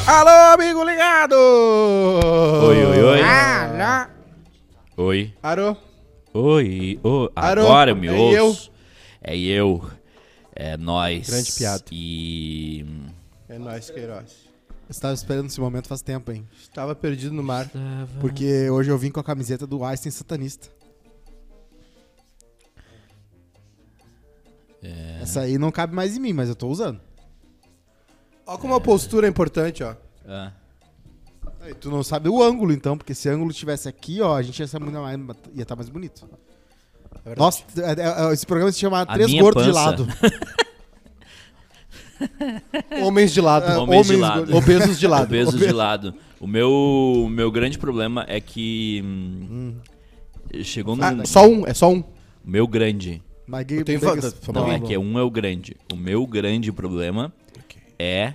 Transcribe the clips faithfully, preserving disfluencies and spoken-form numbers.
Alô, amigo ligado! Oi, oi, oi. Alô. Oi. Arô. Oi, oi. Arô. Agora eu me É ouço. É eu. É nós. Grande piada. E... É nóis, Queiroz. Eu estava esperando esse momento faz tempo, hein? Estava perdido no mar. Porque hoje eu vim com a camiseta do Einstein satanista. É... Essa aí não cabe mais em mim, mas eu tô usando. Ó como a postura é importante, ó. Ah. Aí, tu não sabe o ângulo, então, porque se o ângulo estivesse aqui, ó, a gente ia estar muito mais, ia estar mais bonito. É Nossa, é, é, esse programa se chama A Três minha Gordos de pança. Lado. Homens de lado. É, Homens de homens lado. go- Obesos de lado. Obesos Obe- de lado. O meu, o meu grande problema é que... hum, Chegou num... Ah, só um, é só um. O meu grande... Mas Eu tenho Vegas- fa- fa- Não, Tá é bom. que um é o grande. O meu grande problema é,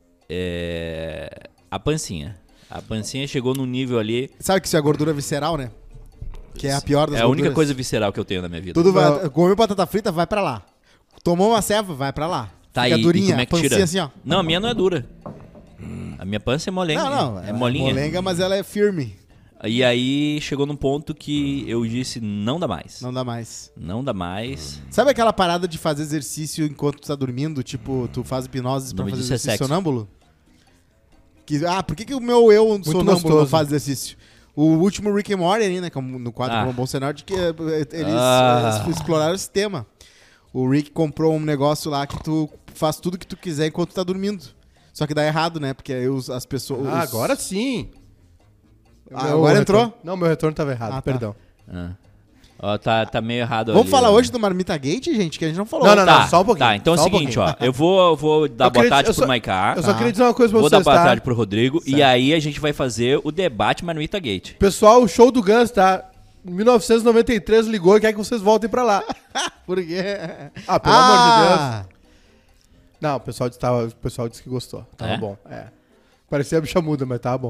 é a pancinha. A pancinha chegou num nível ali... Sabe que isso é gordura visceral, né? Que é a pior das É a única gorduras. coisa visceral que eu tenho na minha vida. Tudo vai, Não. comeu batata frita, vai pra lá. Tomou uma ceva, vai pra lá. Tá, Fica e, durinha, e como é que pancinha tira? assim, ó. Não, a minha não é dura. A minha pança é molenga. Não, não, é ela molinha. molenga, mas ela é firme. E aí chegou num ponto que eu disse, não dá mais. Não, Não dá mais. dá mais. Sabe aquela parada de fazer exercício enquanto tu tá dormindo? Tipo, tu faz hipnose O pra nome fazer disso é exercício sexo. sonâmbulo? Que, ah, por que, que o meu eu sonâmbulo não gostoso. faz exercício? O último Rick and Morty ali, né? Como no quadro Ah. Como um Bom Cenário, de que eh, eles, Ah. eles exploraram esse tema. O Rick comprou um negócio lá que tu faz tudo que tu quiser enquanto tu tá dormindo. Só que dá errado, né? Porque aí os, as pessoas... Ah, os- agora sim. Ah, Meu agora entrou? retorno- Não, meu retorno tava errado, Ah, tá. perdão. Ah. Ó, tá, tá meio errado Vamos ali, falar ó. hoje do Marmita Gate, gente? Que a gente não falou. Não, não, Tá, só um pouquinho, Tá, então é só o um seguinte, pouquinho. ó. Eu vou, eu vou dar Eu boa queria- tarde eu pro só- Maiká. Eu só Tá. queria dizer uma coisa pra Vou vocês, dar boa tá? tarde pro Rodrigo. E Certo. aí a gente vai fazer o debate Marmita Gate. Pessoal, o show do Guns, tá? Em mil novecentos e noventa e três ligou e quer que vocês voltem pra lá. Por quê? Ah, pelo amor de Deus. Ah, Não, o pessoal disse, tava, o pessoal disse que gostou. Tava É? bom. É. Parecia a bicha muda, mas tava bom.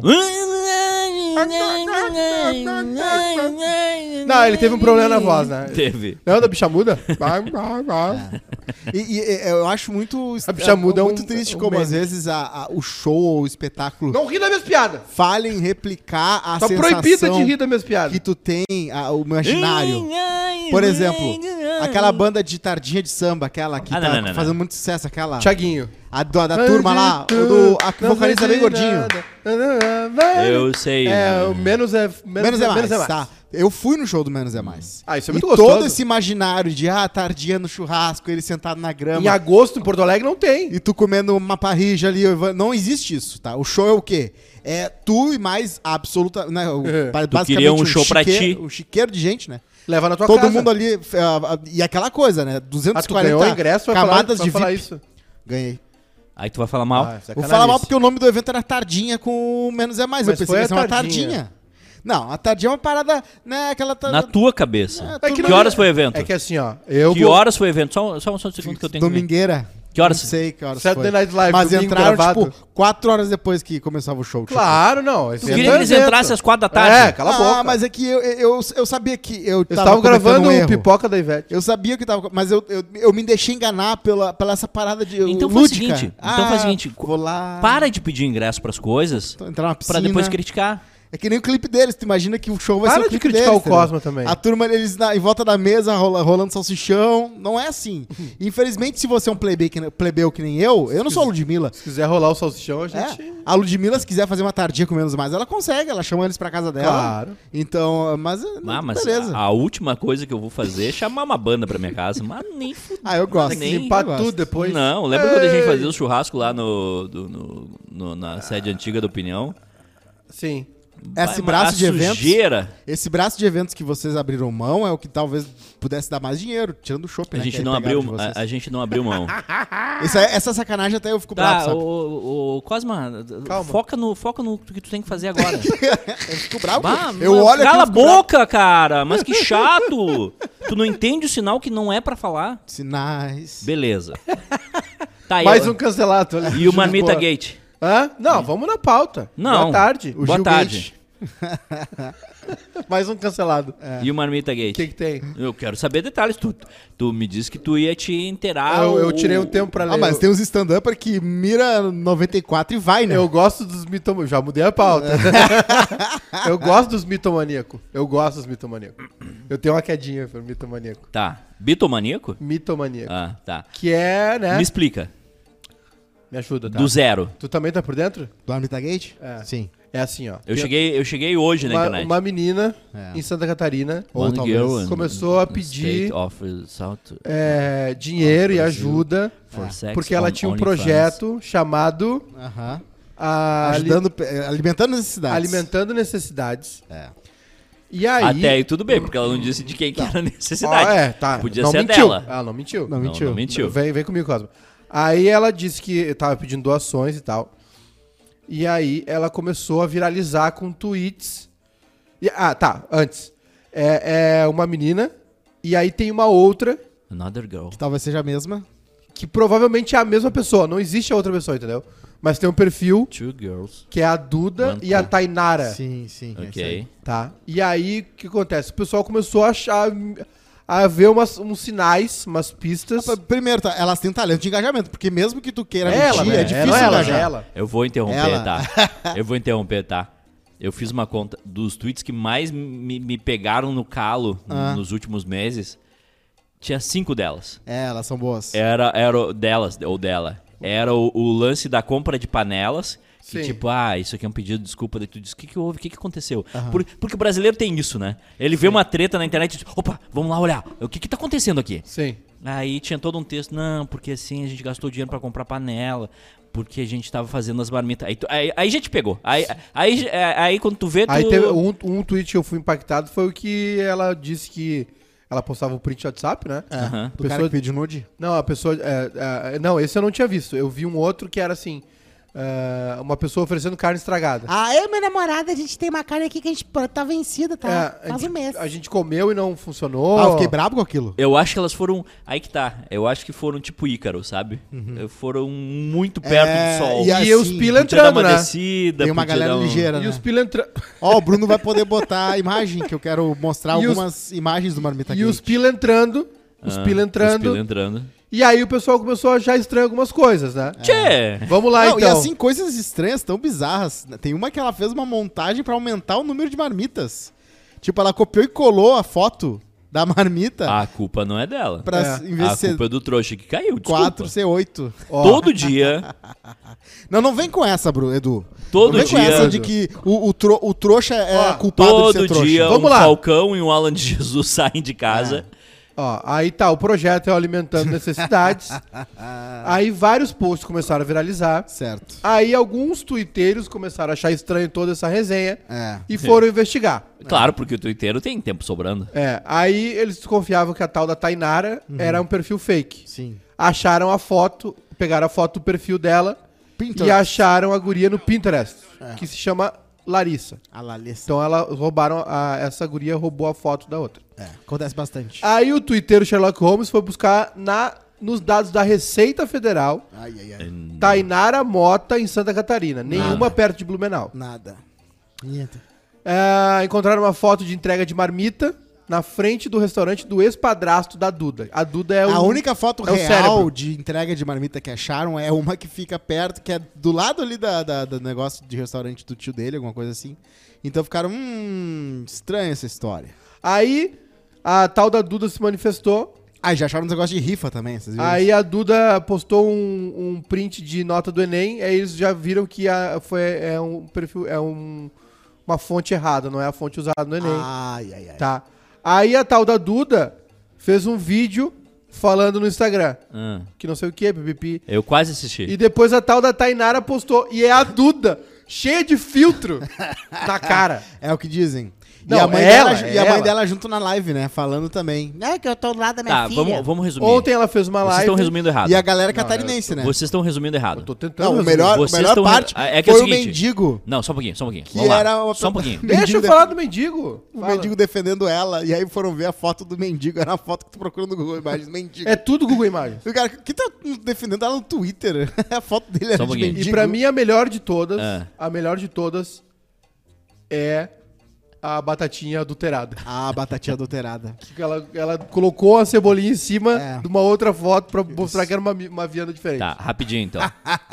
Não, ele teve um problema na voz, né? Teve. Não, da bicha muda? E, e, e, eu acho muito, A bicha muda é um- muito triste é um como meme. às vezes a- a- o show ou o espetáculo Não ri das minhas piadas. falha em replicar a Tá sensação proibida de rir das minhas piadas. que tu tem, a- o imaginário. Por exemplo, aquela banda de tardinha de samba, aquela que Ah, tá não, não, não, fazendo não. muito sucesso, aquela. Tiaguinho. A do- da turma lá, o do, a que o vocalista é bem gordinho. Eu sei. É, o menos é Menos, é mais, tá. Eu fui no show do Menos é Mais. Ah, isso é e muito todo gostoso. esse imaginário de, ah, tardinha no churrasco, ele sentado na grama. Em agosto, em Porto Alegre, não tem. E tu comendo uma parrija ali, não existe isso, tá? O show é o quê? É tu e mais a absoluta, né, o- É. ba- Tu queria um show pra chiqueiro, ti. um chiqueiro de gente, né? Leva na tua Todo casa. mundo ali, ah, ah, e aquela coisa, né? Ah, duzentos e tu ganhou o quarenta ingresso, vai falar, camadas vai de falar V I P. isso. Ganhei. Aí tu vai falar mal. Ah, Vou falar mal porque o nome do evento era Tardinha com o Menos é Mais. Mas eu pensei foi que ia a ser uma Tardinha. tardinha. Não, a tardinha é uma parada, né? Aquela tar- Na tua cabeça. É, É que não- horas foi o evento? É que assim, ó. Eu Que vou- horas foi o evento? Só, só, só um segundo que eu tenho que ver. Domingueira. Que horas? Não sei que horas Saturday foi. Night Live, Mas domingo entraram, gravado. tipo, quatro horas depois que começava o show. tipo. Claro, não. Tu queria que eles entrassem às quatro da tarde? É, cala a boca. Ah, mas é que eu, eu, eu sabia que eu Eu tava estava cometendo gravando um o erro. pipoca da Ivete. Eu sabia que tava... Mas eu, eu, eu me deixei enganar pela, pela essa parada de Então faz o lúdica. seguinte, então faz o seguinte, Vou lá... Para de pedir ingresso pras coisas Entrar na piscina. pra depois criticar. É que nem o clipe deles. Tu imagina que o show vai Para ser o de clipe criticar deles, o entendeu? Cosma também. A turma, eles na- em volta da mesa, rola- rolando salsichão. Não é assim. Infelizmente, se você é um plebeu que, plebeu que nem eu, eu não sou a Ludmilla. Se quiser rolar o salsichão, a É, gente... a Ludmilla, se quiser fazer uma tardinha com menos mais, ela consegue. Ela chama eles pra casa dela. Claro. Então, mas... Ah, mas beleza. a, a última coisa que eu vou fazer é chamar uma banda pra minha casa. Mas nem fudeu. Ah, eu gosto. Tem que Limpar eu gosto. tudo depois. Não, lembra quando a gente Ei. fazia o churrasco lá no, do- no- no- na sede antiga da Opinião? Sim. Esse Vai, braço a de eventos... sujeira. Esse braço de eventos que vocês abriram mão é o que talvez pudesse dar mais dinheiro, tirando o shopping. A né, gente, que aí não pegaram abriu, de vocês. a, a gente não abriu mão. Isso aí- essa sacanagem até eu fico bravo, Tá, sabe? o, o Cosma, Calma. foca no, foca no que tu tem que fazer agora. Eu fico bravo. Bah, eu mas olho aqui e Cala a fico bravo. boca, cara! Mas que chato! Tu não entende o sinal que não é pra falar? Sinais. Beleza. Tá, Mais eu- um cancelado ali. E o Marmita Boa. Gate? Hã? Não, vamos na pauta. Não. Boa tarde. O Boa Gil tarde. Gate. Mais um cancelado. E o Marmita O Gate? que que tem? Eu quero saber detalhes. Tu, tu me disse que tu ia te inteirar. eu, eu o- tirei um tempo pra ler. Ah, mas tem uns stand-upper que mira noventa e quatro e vai, né? Eu gosto dos mitomaníacos. Já mudei a pauta. Eu gosto dos mitomaníacos. Eu gosto dos mitomaníacos. Eu tenho uma quedinha pro mitomaníaco. Tá. Bitomaníaco? Mitomaníaco. Ah, tá. Que é, né? Me explica. Me ajuda, tá? Do zero. Tu também tá por dentro? Do Marmita Gate? É. Sim. É assim, ó. Eu Tem cheguei, eu cheguei hoje na uma, internet. uma menina É. em Santa Catarina Ou One talvez girl in- começou a in pedir- state of South é, dinheiro e Brasil. ajuda for sex porque ela on tinha um OnlyFans. projeto chamado Aham. a, Ajudando, eh, alimentando necessidades. Alimentando Necessidades. É. E aí... Até aí tudo bem, porque ela não disse de quem que era a necessidade. Ah, é, tá. Podia não ser mentiu. dela. Ah, não mentiu. Não Não, mentiu. não mentiu. Vem, vem comigo, Cosmo. Aí ela disse que tava pedindo doações e tal. E aí ela começou a viralizar com tweets. E- ah, tá. Antes. É, é uma menina. E aí tem uma outra Another girl. Que talvez seja a mesma. que provavelmente é a mesma pessoa. Não existe a outra pessoa, entendeu? Mas tem um perfil Two girls. que é a Duda One e a two. Tainara. Sim, sim. é isso aí. Ok. Tá? E aí, o que acontece? O pessoal começou a achar... A ver umas, uns sinais, umas pistas. Ah, Primeiro, tá, elas têm talento de engajamento, porque mesmo que tu queira Ela, mentir, né? é difícil Não é ela, engajar. é ela. Eu vou interromper, Ela. tá? Eu vou interromper, tá? Eu fiz uma conta dos tweets que mais me, me pegaram no calo Ah. nos últimos meses. Tinha cinco delas. É, elas são boas. Era, era o delas, ou dela. Era o, o lance da compra de panelas. Que Sim. tipo, ah, isso aqui é um pedido de desculpa. Daí tu diz, o que que houve? O que que aconteceu? Por- porque o brasileiro tem isso, né? Ele vê uma treta na internet e diz, opa, vamos lá olhar. O que que tá acontecendo aqui? Sim. Aí tinha todo um texto, não, porque assim a gente gastou dinheiro pra comprar panela, porque a gente tava fazendo as marmitas. Aí, tu- aí, aí já te pegou. Aí, aí, aí, aí quando tu vê, tu... Aí teve um, um tweet que eu fui impactado, foi o que ela disse que ela postava o print do WhatsApp, né? É, Aham. do cara Pessoa- que pediu nude. Não, a pessoa... é, é, não, esse eu não tinha visto. Eu vi um outro que era assim, é, uma pessoa oferecendo carne estragada. Ah, eu e minha namorada, a gente tem uma carne aqui que a gente pô, tá vencida, tá? É, a, Faz gente, um mês. a gente comeu e não funcionou. Ah, eu fiquei brabo com aquilo. Eu acho que elas foram... Aí que tá. Eu acho que foram tipo Ícaro, sabe? Foram muito perto É, do sol. e E, assim, os pila Podia dar entrando, uma né? descida, Tem uma podia galera dar um- ligeira, E né? os pila entrando. Ó, o Bruno vai poder botar a imagem, que eu quero mostrar E os- algumas imagens do Marmita E Gate. os pila entrando. Os Ah, pila entrando. Os pila entrando. E aí o pessoal começou a achar estranho algumas coisas, né? Tchê! Vamos lá, Não, então. e assim, coisas estranhas, tão bizarras. Tem uma que ela fez uma montagem pra aumentar o número de marmitas. Tipo, ela copiou e colou a foto da marmita A culpa não é dela. pra, É. em vez A de ser culpa é do trouxa que caiu, desculpa. quatro, ser oito. Ó, Todo dia, Não, não vem com essa, Bru, Edu. todo não vem com essa dia, de que o, o, tro- o trouxa é Ó, culpado de todo ser trouxa. dia Vamos um lá. Falcão e um Alan de Jesus saem de casa. Ó, aí tá, o projeto é o Alimentando Necessidades. Aí vários posts começaram a viralizar. Certo. Aí alguns tuiteiros começaram a achar estranho toda essa resenha É. e foram investigar. Claro, porque o Twitter tem tempo sobrando. É, aí eles desconfiavam que a tal da Tainara era um perfil fake. Sim. Acharam a foto, pegaram a foto do perfil dela Pinterest. e acharam a guria no Pinterest, que se chama Larissa. A Lalissa. Então ela roubaram, a, essa guria roubou a foto da outra. É, acontece bastante. Aí o twitteiro Sherlock Holmes foi buscar na, nos dados da Receita Federal Ai, ai, ai. Tainara Mota em Santa Catarina. Nenhuma perto de Blumenau. Nada. Niente. É, encontraram uma foto de entrega de marmita na frente do restaurante do ex-padrasto da Duda. A Duda é o... A única foto é o real cérebro. de entrega de marmita que acharam é uma que fica perto, que é do lado ali da, da- do negócio de restaurante do tio dele, alguma coisa assim. Então ficaram, hum, estranha essa história. Aí a tal da Duda se manifestou. Ah, e já acharam um negócio de rifa também, vocês viram? Aí a Duda postou um, um print de nota do Enem. Aí eles já viram que a, foi, é um perfil, é um, uma fonte errada, não é a fonte usada no Enem. Ai, ai, ai. Tá. Aí a tal da Duda fez um vídeo falando no Instagram. Ah, Que não sei o que, pipipi. eu quase assisti. E depois a tal da Tainara postou. E é a Duda, cheia de filtro na cara. É o que dizem. Não, e a mãe, é dela, ela, é e a mãe ela. dela junto na live, né? Falando também. Não é que eu tô do lado da minha Tá, filha. vamos, vamos resumir. Ontem ela fez uma Vocês live. estão resumindo errado. E a galera catarinense, né? Vocês estão resumindo errado. Eu tô tentando. Não, o resumir. melhor, a Vocês melhor tão- parte é que é o foi o seguinte- mendigo. Não, só um pouquinho, só um pouquinho. Que Vamos lá. era uma- Só um pouquinho. Deixa eu mendigo falar do mendigo. O Fala. mendigo defendendo ela. E aí foram ver a foto do mendigo. Era a foto que tu procura no Google Imagens. Mendigo. É tudo Google Imagens. O cara, que tá defendendo ela no Twitter? A foto dele Só era um de pouquinho. mendigo. E pra mim a melhor de todas, É. a melhor de todas é a batatinha adulterada. Ah, batatinha adulterada. Que ela, ela colocou a cebolinha em cima É. de uma outra foto pra mostrar que era uma, uma vianda diferente. Tá, rapidinho então.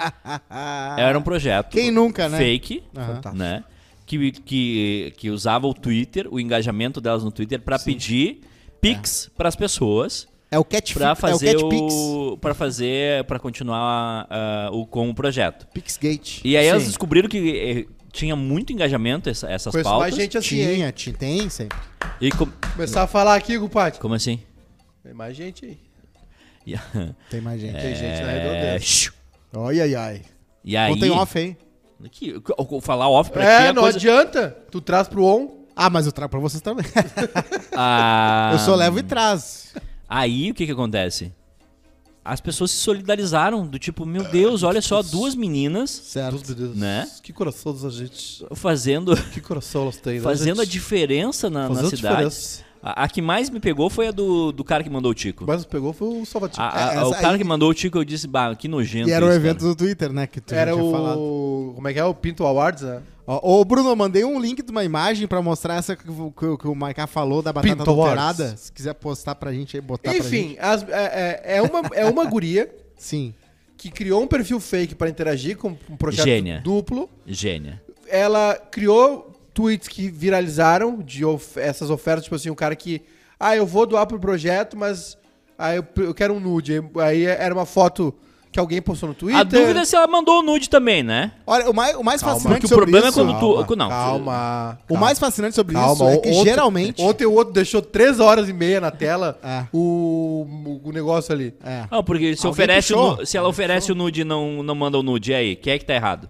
Era um projeto Quem nunca, né? fake, Aham. né? Que, que, que usava o Twitter, o engajamento delas no Twitter, pra pedir Pix pras pessoas. É o Cat Pra fazer é o Cat o. Pra fazer. Pra continuar ah, o, com o projeto. Pixgate. E aí elas Sim. descobriram que eh, tinha muito engajamento essa, essas Conheço pautas. mais gente assim, hein? Tinha, tinha, tem sempre. E com- Começar a falar aqui, Gupati. Como assim? Tem mais gente aí. E, Tem mais gente. Tem gente na é, redondeza. shiu. Ai, ai, ai. E aí. Não tem off, hein? Que, eu- eu- falar off pra ti É, é não coisa. adianta. Tu traz pro on. Ah, mas eu trago pra vocês também. Ah, Eu só levo e traz. Aí o que que acontece? As pessoas se solidarizaram do tipo, meu Deus, olha só, duas meninas Certo. Meu Deus. Né? Que coração da gente. fazendo, Que coração elas têm. né, fazendo a gente? diferença na, na Fazendo cidade. diferença. A, a que mais me pegou foi a do, do cara que mandou o Tico. Mas pegou foi o Salvatino. A- a- É, o essa cara aí- que mandou o Tico, eu disse, bah, que nojento E era o isso, evento cara. do Twitter, né? Que tu já Era tinha o... falado. Como é que é? O Pinto Awards, né? Ó, ô, Bruno, eu mandei um link de uma imagem pra mostrar essa que, o- que o- que o Maiká falou da batata Pinto adulterada. Awards. Se quiser postar pra gente aí, botar pra gente. Enfim, as- é, é- é uma, é uma guria Sim. que criou um perfil fake pra interagir com um projeto Gênia. duplo. Gênia. Ela criou tweets que viralizaram de of- essas ofertas, tipo assim, um cara que... Ah, eu vou doar pro projeto, mas... Ah, eu, eu quero um nude. Aí era uma foto que alguém postou no Twitter. A dúvida é se ela mandou o nude também, né? Olha, o mais, o mais Calma. fascinante Porque o sobre problema isso... é quando tu... Calma, Não, calma. O mais fascinante sobre Calma, isso é que ontem- geralmente... Ontem o outro deixou três horas e meia na tela É. o, o, o negócio ali. É. Não, porque se, Alguém oferece o puxou. nu- se ela oferece o nude e não, não manda o nude, e aí? Quem é que tá errado?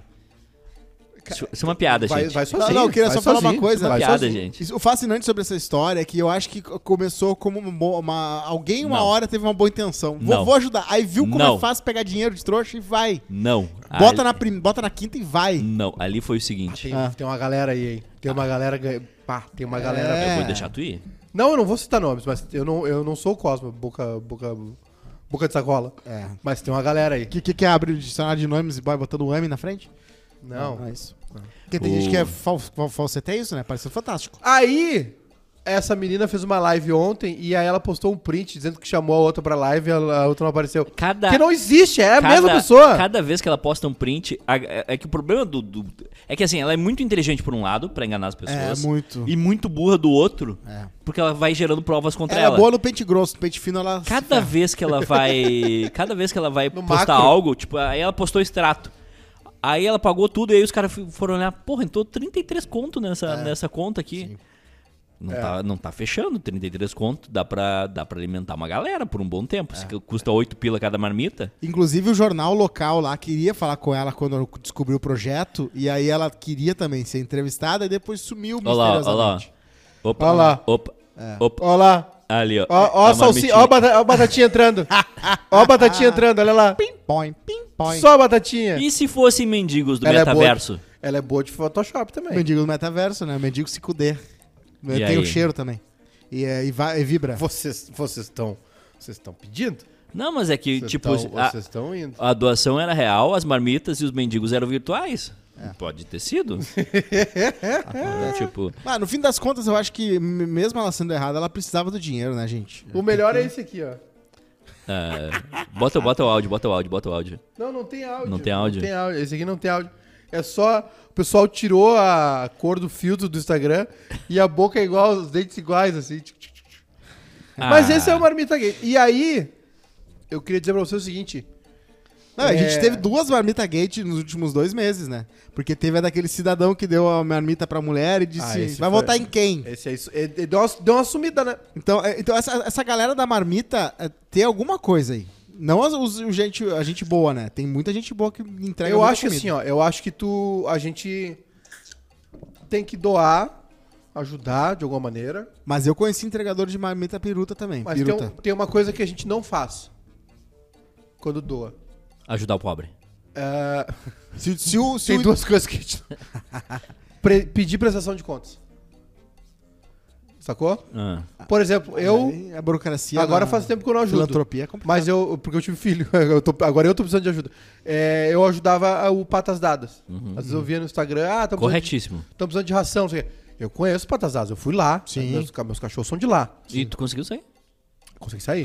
Isso, isso é uma piada, Vai, gente. vai Não, sozinho. não, eu queria vai só falar sozinho, uma coisa. Uma vai piada, sozinho. gente. Isso- O fascinante sobre essa história é que eu acho que começou como uma, boa- uma- alguém uma Não. hora teve uma boa intenção. Vou, Não. vou ajudar. Aí viu como Não. é fácil pegar dinheiro de trouxa e vai. Não. Bota, Ali- na prim- bota na quinta e vai. Não, ali foi o seguinte. Tem, Ah. tem uma galera aí, hein? Tem uma galera... ganha- Pá, tem uma galera... É. Eu vou deixar tu ir. Não, eu não vou citar nomes, mas eu não, eu não sou o Cosmo, boca, boca, boca de sacola. É. Mas tem uma galera aí. O que, que, que abre o dicionário de nomes e vai botando o M na frente? Não. é isso. Porque tem O- gente que é fal, fal, falseteia isso, né? Pareceu fantástico. Aí, essa menina fez uma live ontem e aí ela postou um print dizendo que chamou a outra pra live e a a outra não apareceu. Cada, Porque não existe, é a cada- mesma pessoa. Cada vez que ela posta um print, a- é, é que o problema do, do- É que assim, ela é muito inteligente por um lado, pra enganar as pessoas. É, muito. E muito burra do outro, É. porque ela vai gerando provas contra Ela ela. é boa no pente grosso, no pente fino ela... se Cada ferra. vez que ela vai. Cada vez que ela vai No postar macro. algo, tipo, aí ela postou extrato. Aí ela pagou tudo e aí os caras f- foram olhar, porra, entrou trinta e três conto nessa, É. nessa conta aqui. Não, tá, não tá fechando, trinta e três conto, dá pra, dá pra alimentar uma galera por um bom tempo. Se custa oito pila cada marmita. Inclusive o jornal local lá queria falar com ela quando descobriu o projeto. E aí ela queria também ser entrevistada e depois sumiu Olha lá, olha lá. misteriosamente. Opa, Olha lá. Opa, É. opa. Ó lá. Ali, ó. Ó, ó, A a salsi... marmitinha. ó, a bata- ó a batatinha entrando. Ó a batatinha entrando, olha lá. Pim, põe, pim, põe. Só a batatinha. E se fossem mendigos do Ela é boa de- metaverso? Ela é boa de Photoshop também. Mendigo do metaverso, né? Mendigo se cuder. E Tem aí? o cheiro também. E, é, e, vai, e vibra. Vocês vocês estão vocês estão pedindo? Não, mas é que, Vocês tipo, estão- a, vocês estão indo. a doação era real, as marmitas e os mendigos eram virtuais. É. Pode ter sido. É, tipo, Ah, no fim das contas, eu acho que m- mesmo ela sendo errada, ela precisava do dinheiro, né, gente? O melhor é esse aqui, ó. é, bota, bota o áudio, bota o áudio, bota o áudio. Não, não tem áudio. Não tem áudio? Não tem áudio. Esse aqui não tem áudio. É só... O pessoal tirou a cor do filtro do Instagram e a boca é igual, os dentes iguais, assim. Mas Ah. esse é o Marmita Gay. E aí, eu queria dizer pra você o seguinte. Não, a gente É. teve duas marmita gate nos últimos dois meses, né? Porque teve a daquele cidadão que deu a marmita pra mulher e disse, Ah, esse vai foi- votar em quem? Esse é isso. Ele ele deu uma, deu uma sumida, né? Então, é, então essa, essa galera da marmita é, tem alguma coisa aí. Não as- os, o gente, a gente boa, né? Tem muita gente boa que entrega Eu muita acho que comida. assim, ó. Eu acho que tu... A gente tem que doar, ajudar de alguma maneira. Mas eu conheci entregador de marmita piruta também. Mas tem, piruta. um- tem uma coisa que a gente não faz quando doa. Ajudar o pobre. É, Se, se o, se tem o- duas coisas que a gente... Pre- pedir prestação de contas. sacou? Ah. Por exemplo, eu... Aí a burocracia. Agora na faz tempo que eu não ajudo. Filantropia é complicado. Mas eu... Porque eu tive filho. Eu tô, agora eu tô precisando de ajuda. É, eu ajudava o Patas Dadas. Uhum. Às vezes eu via no Instagram... Ah, estamos Corretíssimo. precisando de ração, não sei o quê. Eu conheço o Patas Dadas. Eu fui lá. Sim. Meus, meus cachorros são de lá. E tu conseguiu sair? Consegui sair.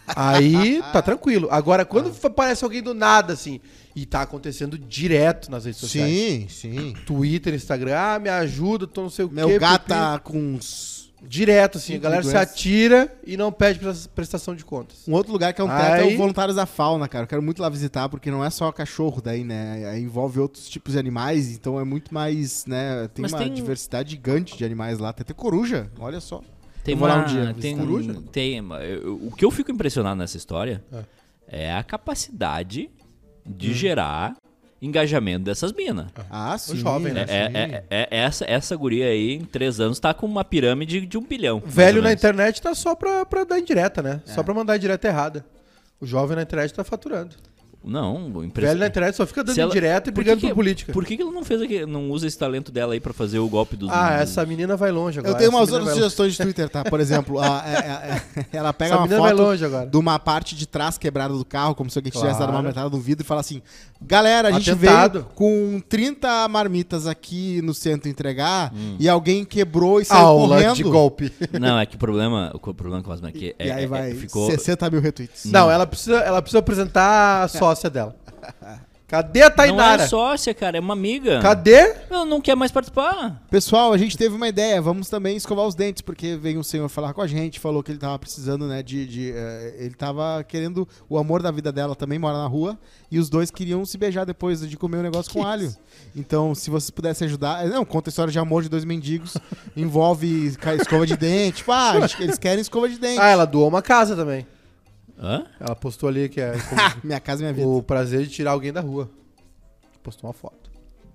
Aí tá tranquilo. Agora, quando aparece alguém do nada, assim, e tá acontecendo direto nas redes sociais. Sim, sim. Twitter, Instagram, ah, me ajuda, tô não sei o quê. Meu gato pepino. tá com uns... Direto, assim, a Cinco galera se doenças. atira e não pede pres- prestação de contas. Um outro lugar que é um teto é Aí- o Voluntários da Fauna, cara. Eu quero muito lá visitar, porque não é só cachorro daí, né? Aí envolve outros tipos de animais, então é muito mais, né? Tem Mas uma tem- diversidade gigante de animais lá. Tem até coruja, olha só. Tem Eu vou lá uma... um dia tem, visitar. Coruja? tem, eu- o que eu fico impressionado nessa história É. é a capacidade de gerar engajamento dessas minas. Ah, sim. jovem, né? É, é- é- é- essa, essa guria aí, em três anos, tá com uma pirâmide de um bilhão. mais Velho ou na menos. internet tá só pra, pra dar indireta, né? Só pra mandar indireta errada. O jovem na internet tá faturando. Não, O impressionante. velho na internet só fica dando Se ela- indireta e por que brigando que- por política. Por que, que ela não fez aqui, não usa esse talento dela aí pra fazer o golpe dos... Ah, dos- essa menina vai longe agora. Eu tenho essa umas menina outras vai longe. sugestões de Twitter, tá? Por exemplo, a- é- é- é- ela pega Essa uma menina vai foto longe agora. de uma parte de trás quebrada do carro, como se alguém tivesse Claro. dado uma metralhada no vidro e fala assim: galera, a gente Atentado. veio com trinta marmitas aqui no centro entregar e alguém quebrou e saiu Aula correndo. de golpe. Não, é que o problema, o problema com a aqui é, E aí é- vai é- ficou... sessenta mil retweets. Não, ela precisa, ela precisa apresentar a sócia dela. Cadê a Não Tainara? é sócia, cara, é uma amiga. Cadê? Ela não quer mais participar. Pessoal, a gente teve uma ideia, vamos também escovar os dentes, porque veio um senhor falar com a gente, falou que ele tava precisando, né, de... de, eh, ele tava querendo o amor da vida dela, também mora na rua, e os dois queriam se beijar depois de comer um negócio com alho. Então, se vocês pudessem ajudar... Não, conta a história de amor de dois mendigos, envolve ca- escova de dente, tipo, ah, a gente- eles querem escova de dente. Ah, ela doou uma casa também. Hã? Ela postou ali que é Minha casa, minha vida. o prazer de tirar alguém da rua. Postou uma foto.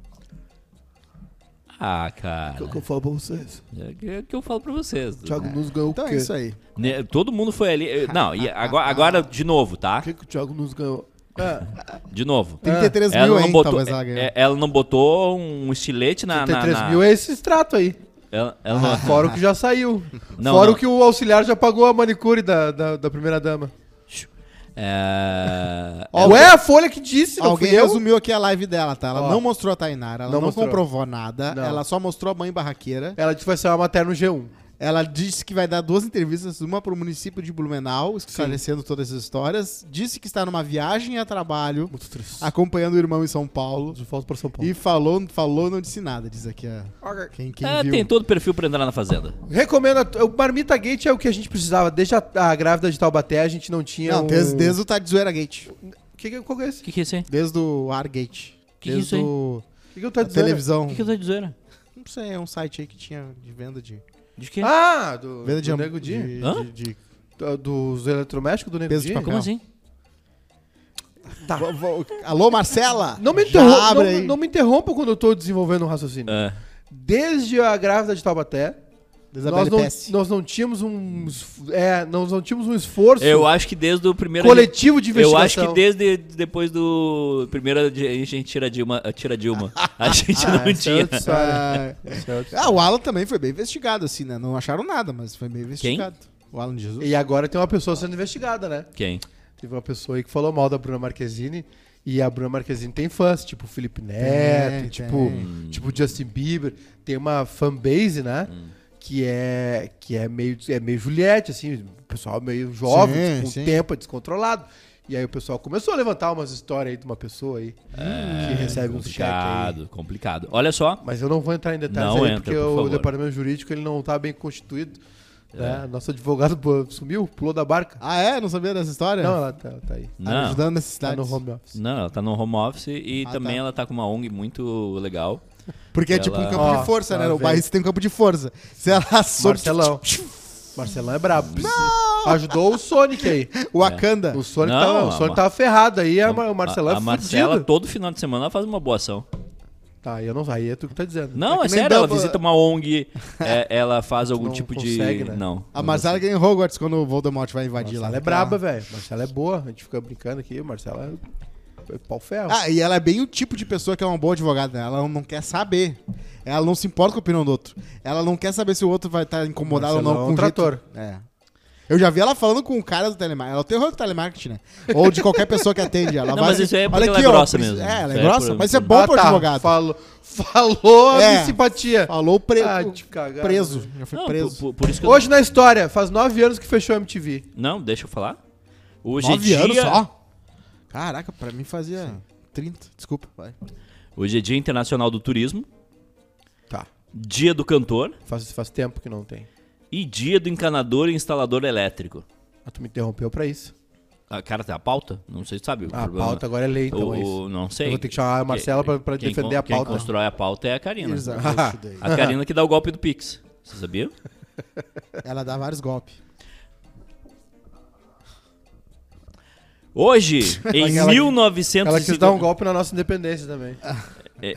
Ah, cara. O que eu falo pra vocês? É que- é o que eu falo pra vocês. Thiago Nunes ganhou Então o quê? é isso aí. Né, Todo mundo foi ali. eh, Não, e agora, agora de novo, tá? O que, que o Thiago Nunes ganhou? É, De novo. trinta e três Ela mil, não, hein, botou, talvez ela ganhou. é- ela não botou um estilete na. trinta e na, três na- mil é esse extrato aí. Ela, ela não- Fora o que já saiu. Não, Fora não. o que o auxiliar já pagou a manicure da, da, da primeira dama. É, Ó, Ué, a Folha que disse, não Alguém fui eu? resumiu aqui a live dela, tá? Ela Ó. não mostrou a Tainara, ela Não não, mostrou. comprovou nada, Não. ela só mostrou a mãe barraqueira. Ela disse que vai ser uma matéria no G um. Ela disse que vai dar duas entrevistas, uma para o município de Blumenau, esclarecendo todas essas histórias. Disse que está numa viagem a trabalho, Muito triste. acompanhando o irmão em São Paulo. Eu volto pra São Paulo. E falou, falou, não disse nada, diz aqui a, quem, quem é, viu. tem todo o perfil pra entrar na fazenda. Recomendo. a- O Marmita Gate é o que a gente precisava. Desde a, a grávida de Taubaté, a gente não tinha. Não, um... desde, desde o Tá de Zoeira Gate. Que que, qual que é esse? O que, que é isso aí? Desde o Ar Gate. Que que é desde isso aí? o, Que que eu tô a dizendo? televisão. O que, que eu tô dizendo? Não sei, é um site aí que tinha de venda de... De quê? Ah, do, Venda de, do am- Nego Di. de, Hã? de, de- Do- Dos eletrodomésticos do Nego Peso Di. de papel. Como assim? Tá. Vo- vo- Alô, Marcela? Não me, Já interrompa, abre não, aí. não me interrompa quando eu tô desenvolvendo um raciocínio. É. Desde a grávida de Taubaté, Desde a nós não, Belipesse. nós não tínhamos um. esf- É, nós não tínhamos um esforço Eu acho que desde o primeiro. coletivo de Eu investigação. acho que desde depois do primeiro a gente tira Dilma, tira Dilma. A gente não essa é tinha. outra história. Ah, Essa é outra ah, o Alan também foi bem investigado, assim, né? Não acharam nada, mas foi bem investigado. O Alan de Jesus. E agora tem uma pessoa sendo investigada, né? Quem? Teve uma pessoa aí que falou mal da Bruna Marquezine. E a Bruna Marquezine tem fãs, tipo Felipe Neto, Tem, tipo, tem. tipo Justin Bieber. Tem uma fanbase, né? Que é que é meio, é meio Juliette, assim, o pessoal meio jovem, Sim, com sim. tempo, é descontrolado. E aí o pessoal começou a levantar umas histórias aí de uma pessoa aí que recebe uns cheques aí. Complicado, complicado. Olha só. Mas eu não vou entrar em detalhes Não aí, entra, porque por o favor. departamento jurídico ele não tá bem constituído. Né? Nosso advogado pô, sumiu, pulou da barca. Ah, é? Não sabia dessa história? Não, ela tá, tá aí. Tá Não, ajudando Tá necessidades. no home office. não, ela tá no home office e Ah, também tá. ela tá com uma O N G muito legal. Porque é Ela- tipo um campo Ó, de força, né? tá O vendo? país tem um campo de força. Se ela soube... Marcelão. Marcelão é brabo. Ajudou o Sonic aí. O Wakanda. O Sonic, Não, tava, o a Sonic Mar- tava ferrado aí, a, Mar- o Marcelão a, é a Marcela, fudido. todo final de semana, ela faz uma boa ação. Tá, eu não aí é tu que tá dizendo. Não, É é, que nem sério, ela Dumbo- visita uma O N G, é, ela faz algum Não tipo consegue, de. né? Não. A não Marcela consegue. ganha em Hogwarts quando o Voldemort vai invadir Marcela lá. é braba, velho. Marcela é boa. A gente fica brincando aqui. Marcela pau ferro. Ah, e ela é bem o tipo de pessoa que é uma boa advogada, né? Ela não quer saber. Ela não se importa com a opinião do outro. Ela não quer saber se o outro vai estar incomodado ou não Marcelo é com um o jeito... trator. É. Eu já vi ela falando com o cara do telemarketing. Ela é o terror do telemarketing, né? Ou de qualquer pessoa que atende. Ela Não, vai... mas isso aí é porque Olha ela aqui, é ó, grossa preciso- mesmo. É, ela é Isso é grossa, por- mas isso é por- bom Ah, pro tá. advogado. Falou, falou a É. minha simpatia. Falou pre... Ah, o- te cagar. preso. Já foi Não, preso. por, por- por isso que eu- Hoje na história, faz nove anos que fechou a M T V. Não, deixa eu falar. Hoje Nove é dia... anos só? Caraca, pra mim fazia trinta. Desculpa, vai. Hoje é Dia Internacional do Turismo, Tá. Dia do Cantor Faz, faz tempo que não tem. e Dia do Encanador e Instalador Elétrico. Ah, tu me interrompeu pra isso. Ah, cara, tem a pauta? Não sei se sabe. O Ah, a problema. pauta agora é lei, então o, é isso. o- Não sei. Eu vou ter que chamar a Marcela pra, pra Quem defender con- a pauta. Quem constrói a pauta é a Karina. Exato. A Karina que dá o golpe do Pix. Você sabia? Ela dá vários golpes. Hoje, em Ela- mil novecentos e Ela cinquenta... quis dar um golpe na nossa independência também. É.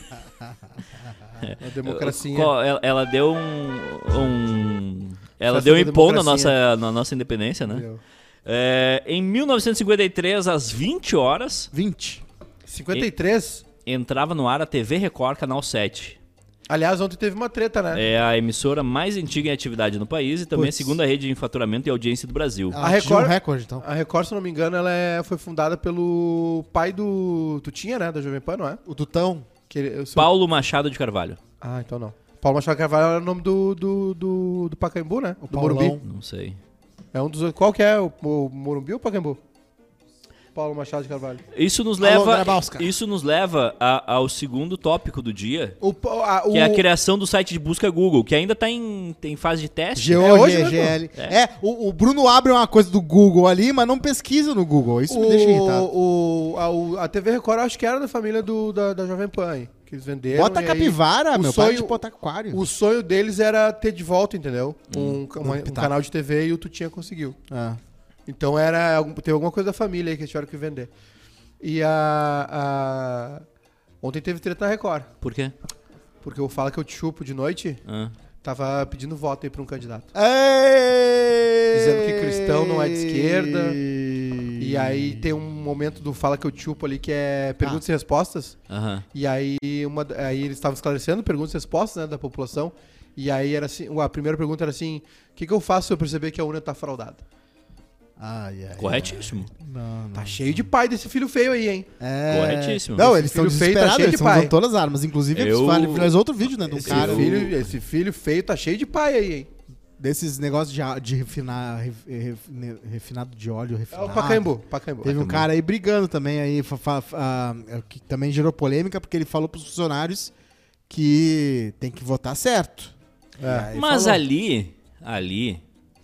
Na democracia. Qual- Ela, ela deu um... um- Ela Festa deu da um impor na democracia. nossa, na nossa independência, né? Entendeu? É, em mil novecentos e cinquenta e três, às vinte horas, vinte. cinquenta e três? entrava no ar a T V Record, canal sete. Aliás, ontem teve uma treta, né? É a emissora mais antiga em atividade no país e também Puts. a segunda rede de faturamento e audiência do Brasil. Ela A atingiu Record- um recorde, então. A Record, se eu não me engano, ela é- foi fundada pelo pai do... Tu tinha, né? Da Jovem Pan, não é? O Tutão. Que ele- eu sou- Paulo Machado de Carvalho. Ah, então não. Paulo Machado Carvalho era o nome do, do, do, do Pacaembu, né? O do Paulão. Morumbi. Não sei. É um dos... Qual que é? O, o Morumbi ou o Pacaembu? Paulo Machado de Carvalho. Isso nos Alô, leva, Grabowska. isso nos leva a- ao segundo tópico do dia, O, a, o, que é a criação do site de busca Google, que ainda está em, em fase de teste. G É O hoje, G né, G L. pô? É, o, o Bruno abre uma coisa do Google ali, mas não pesquisa no Google. Isso me deixa irritado. o, a, o- a T V Record eu acho que era da família do, da, da Jovem Pan, hein, que eles venderam. Bota e aí capivara, o meu. Para de sonho- botar aquário. O sonho deles era ter de volta, entendeu? Um, ca- uma- um pitaco. canal de T V e o Tutinha conseguiu. Ah. Então era algum- teve alguma coisa da família aí que eles tiveram que vender. E a, a- Ontem teve treta na Record. Por quê? Porque o Fala Que Eu Te Chupo de noite Ah. tava pedindo voto aí pra um candidato. Ei! Dizendo que cristão não é de esquerda. E aí tem um momento do Fala Que Eu Te Chupo ali que é perguntas e respostas. Aham. E aí, uma, aí eles estavam esclarecendo perguntas e respostas, né, da população. E aí era assim, a primeira pergunta era assim: o que, que eu faço se eu perceber que a urna tá fraudada? Ai, ai, Corretíssimo. ai. Não, não. Tá cheio de pai desse filho feio aí, hein? É... Corretíssimo. Não, Esse eles estão filho feio tá desesperados, cheio eles de estão pai. usando todas as armas. Inclusive, eles Eu- fazem- faz outro vídeo, né? De um Esse, cara filho, esse filho feio tá cheio de pai aí, hein? desses negócios de, a- de refinar, ref- ref- ne- refinado de óleo, É refinado. o Pacaembu. Pacaembu. Teve um cara aí brigando também aí, fa- fa- fa- ah, que também gerou polêmica, porque ele falou pros funcionários que tem que votar certo. É. E aí Mas falou. ali, ali,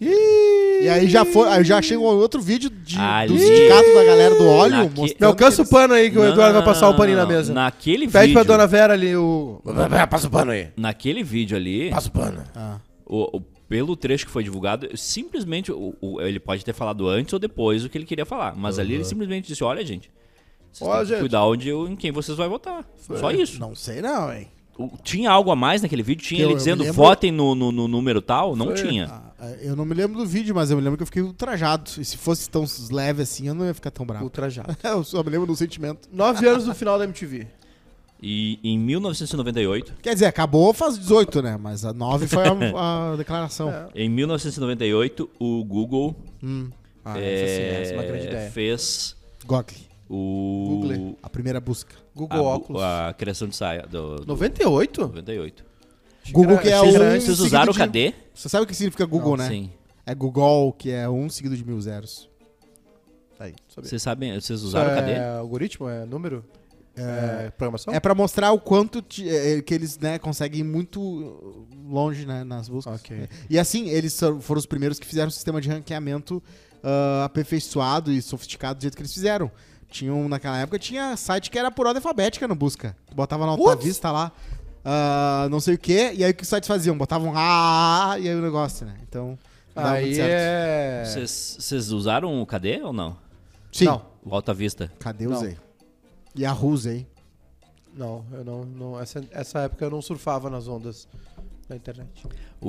E aí já foi, aí já chegou outro vídeo de, Ali. do sindicato da galera do óleo. Naque- mostrando Me alcança que o pano aí que o Não, Eduardo vai passar o não, paninho não, na mesa. Naquele Pede vídeo, pra dona Vera ali o... Passa o pano aí. naquele vídeo ali, Passa o pano. Ah. o, o- pelo trecho que foi divulgado, simplesmente o- o- ele pode ter falado antes ou depois o que ele queria falar, mas ali ele simplesmente disse: olha, gente, vocês Ó, têm que gente. cuidar onde eu- em quem vocês vão votar. Só isso. Não sei não, hein. O- tinha algo a mais naquele vídeo? Tinha Que eu- ele eu dizendo me lembro- votem no, no- no número tal? Não Foi. tinha. Ah, eu não me lembro do vídeo, mas eu me lembro que eu fiquei ultrajado. E se fosse tão leve assim, eu não ia ficar tão bravo. Ultrajado. Eu só me lembro do sentimento. Nove anos do final da M T V. E em mil novecentos e noventa e oito, Quer dizer, acabou faz dezoito, né? Mas a nove foi a, a declaração. É. em mil novecentos e noventa e oito, o Google Hum, Ah, é, essa sim, essa é uma grande ideia. fez Google. o Google. A primeira busca. a, Google bu- Óculos. a criação de saia do, do noventa e oito? noventa e oito. Google que é Vocês- um Vocês seguido usaram o de- K D? Você sabe o que significa Google, né? Sim. É Google, que é um seguido de mil zeros. Tá aí. Sabia. Vocês sabem, vocês Isso usaram o K D? é algoritmo? É número? É, programação? É pra mostrar o quanto ti- é, que eles né, conseguem ir muito longe né, nas buscas. Ok. E assim, eles so- foram os primeiros que fizeram um sistema de ranqueamento ah, aperfeiçoado e sofisticado do jeito que eles fizeram. Tinham, naquela época, tinha site que era por ordem alfabética no busca. Tu botava na Alta Putz! Vista lá, ah, não sei o quê, e aí o que os sites faziam? Botavam ah, e aí o negócio, né? Então, dava muito Aí certo. é... Vocês vocês usaram o K D ou não? Sim. Não. O Alta Vista. Cadê Não. usei? E a usei. Não, eu não... não essa, essa época eu não surfava nas ondas da internet.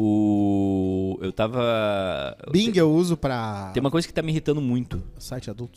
O... Eu tava... Bing eu uso pra Tem uma coisa que tá me irritando muito. site adulto.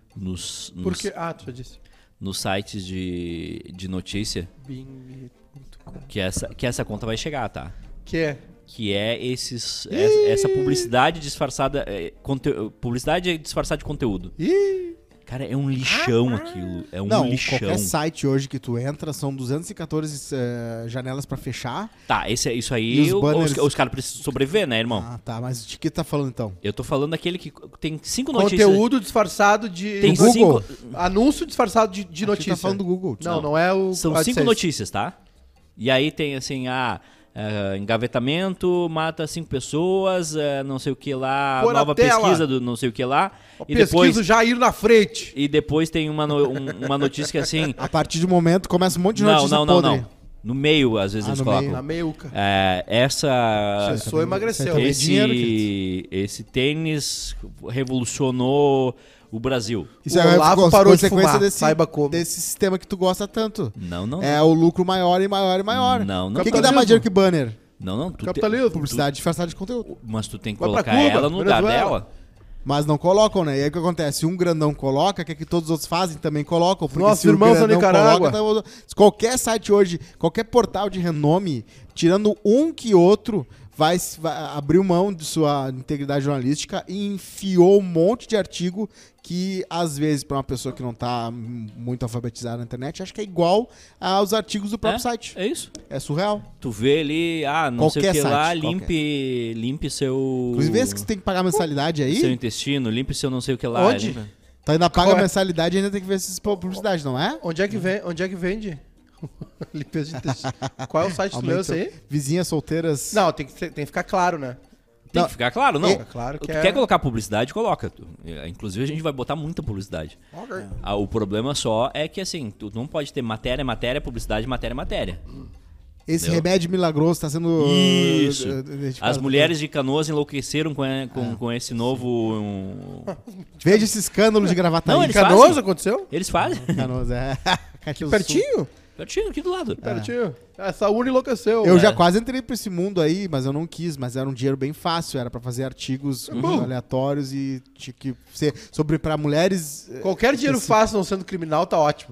nos, nos, Porque... Ah, tu já disse. nos sites de, de notícia Bing ponto com. que essa, que essa conta vai chegar, tá? Que é? Que é esses, essa, essa publicidade disfarçada. É, conte, publicidade disfarçada de conteúdo. Ih! Cara, é um lixão aquilo. É um Não, lixão. qualquer site hoje que tu entra, são duzentas e quatorze eh, janelas pra fechar. Tá, esse, isso E aí os o- banners- os, os caras precisam sobreviver, né, irmão? Ah, tá, mas de que tu tá falando então? Eu tô falando daquele que tem cinco notícias. Conteúdo disfarçado de... Tem Google. cinco. Anúncio disfarçado de, de Aqui notícia. tá falando do Google. Não, Não. não é o... São a cinco AdSense. notícias, tá? E aí tem assim, ah, é, engavetamento, mata cinco pessoas, é, não sei o que lá, Pôr na nova tela. pesquisa do não sei o que lá. E Pesquisa depois, o Jair na frente. e depois tem uma, no- um- uma notícia que é assim. A partir de um momento começa um monte de Não, notícia não, não, podre. não. No meio, às vezes Ah, eles no colocam. meio. Na meiuca. É, essa. Cessou e emagreceu. Também Esse, dinheiro, esse tênis revolucionou o Brasil. Isso O é Olavo a parou de consequência fumar, desse, saiba como. desse sistema que tu gosta tanto. Não, não. É o lucro maior e maior e maior. Não, não. O que, que dá mais dinheiro que banner? Não, não. Tu te- Capitalismo. Publicidade disfarçada de conteúdo. mas tu tem que Vai pra colocar Cuba, ela no lugar Venezuela. dela. Mas não colocam, né? E aí o que acontece? Se um grandão coloca, quer que todos os outros fazem também colocam. Porque Nossos se o irmãos da grandão Nicarágua. coloca, tá- se qualquer site hoje, qualquer portal de renome, tirando um que outro, vai, vai abrir mão de sua integridade jornalística e enfiou um monte de artigo que, às vezes, para uma pessoa que não tá muito alfabetizada na internet, acha que é igual aos artigos do próprio É, site. É isso. É surreal. Tu vê ali, ah, não sei o Qualquer que lá, site, limpe, limpe seu. Inclusive, esse que você tem que pagar mensalidade aí, Seu intestino, limpe seu não sei o que lá. Onde? limpa- tu ainda paga Qual é? mensalidade e ainda tem que ver essas publicidades, não é? Onde é que, vem, onde é que vende? Limpeza de intestino. Qual é o site que tu leu isso aí? Vizinhas solteiras. Não, tem que, ser- tem que ficar claro, né? Tem Não. que ficar claro, não. É claro que tu é- quer colocar publicidade, coloca. Tu- é, Inclusive, a gente vai botar muita publicidade. Ah, o problema só é que, assim, tu não pode ter matéria, matéria, publicidade, matéria, matéria. Esse Entendeu? remédio milagroso está sendo. Isso. uh, uh, identificado. As mulheres de Canoas enlouqueceram com, com, com esse novo... um- Veja esse escândalo de gravataí. Não, eles Canoas fazem. aconteceu? Eles fazem. Canoas, é. Caxias do Sul. Pertinho? Pertinho, aqui do lado. Pertinho. Essa urna enlouqueceu. Eu É. já quase entrei pra esse mundo aí, mas eu não quis, mas era um dinheiro bem fácil, era pra fazer artigos Uhum. aleatórios e tinha que ser sobre pra mulheres. eh, Qualquer dinheiro específico. fácil não sendo criminal tá ótimo.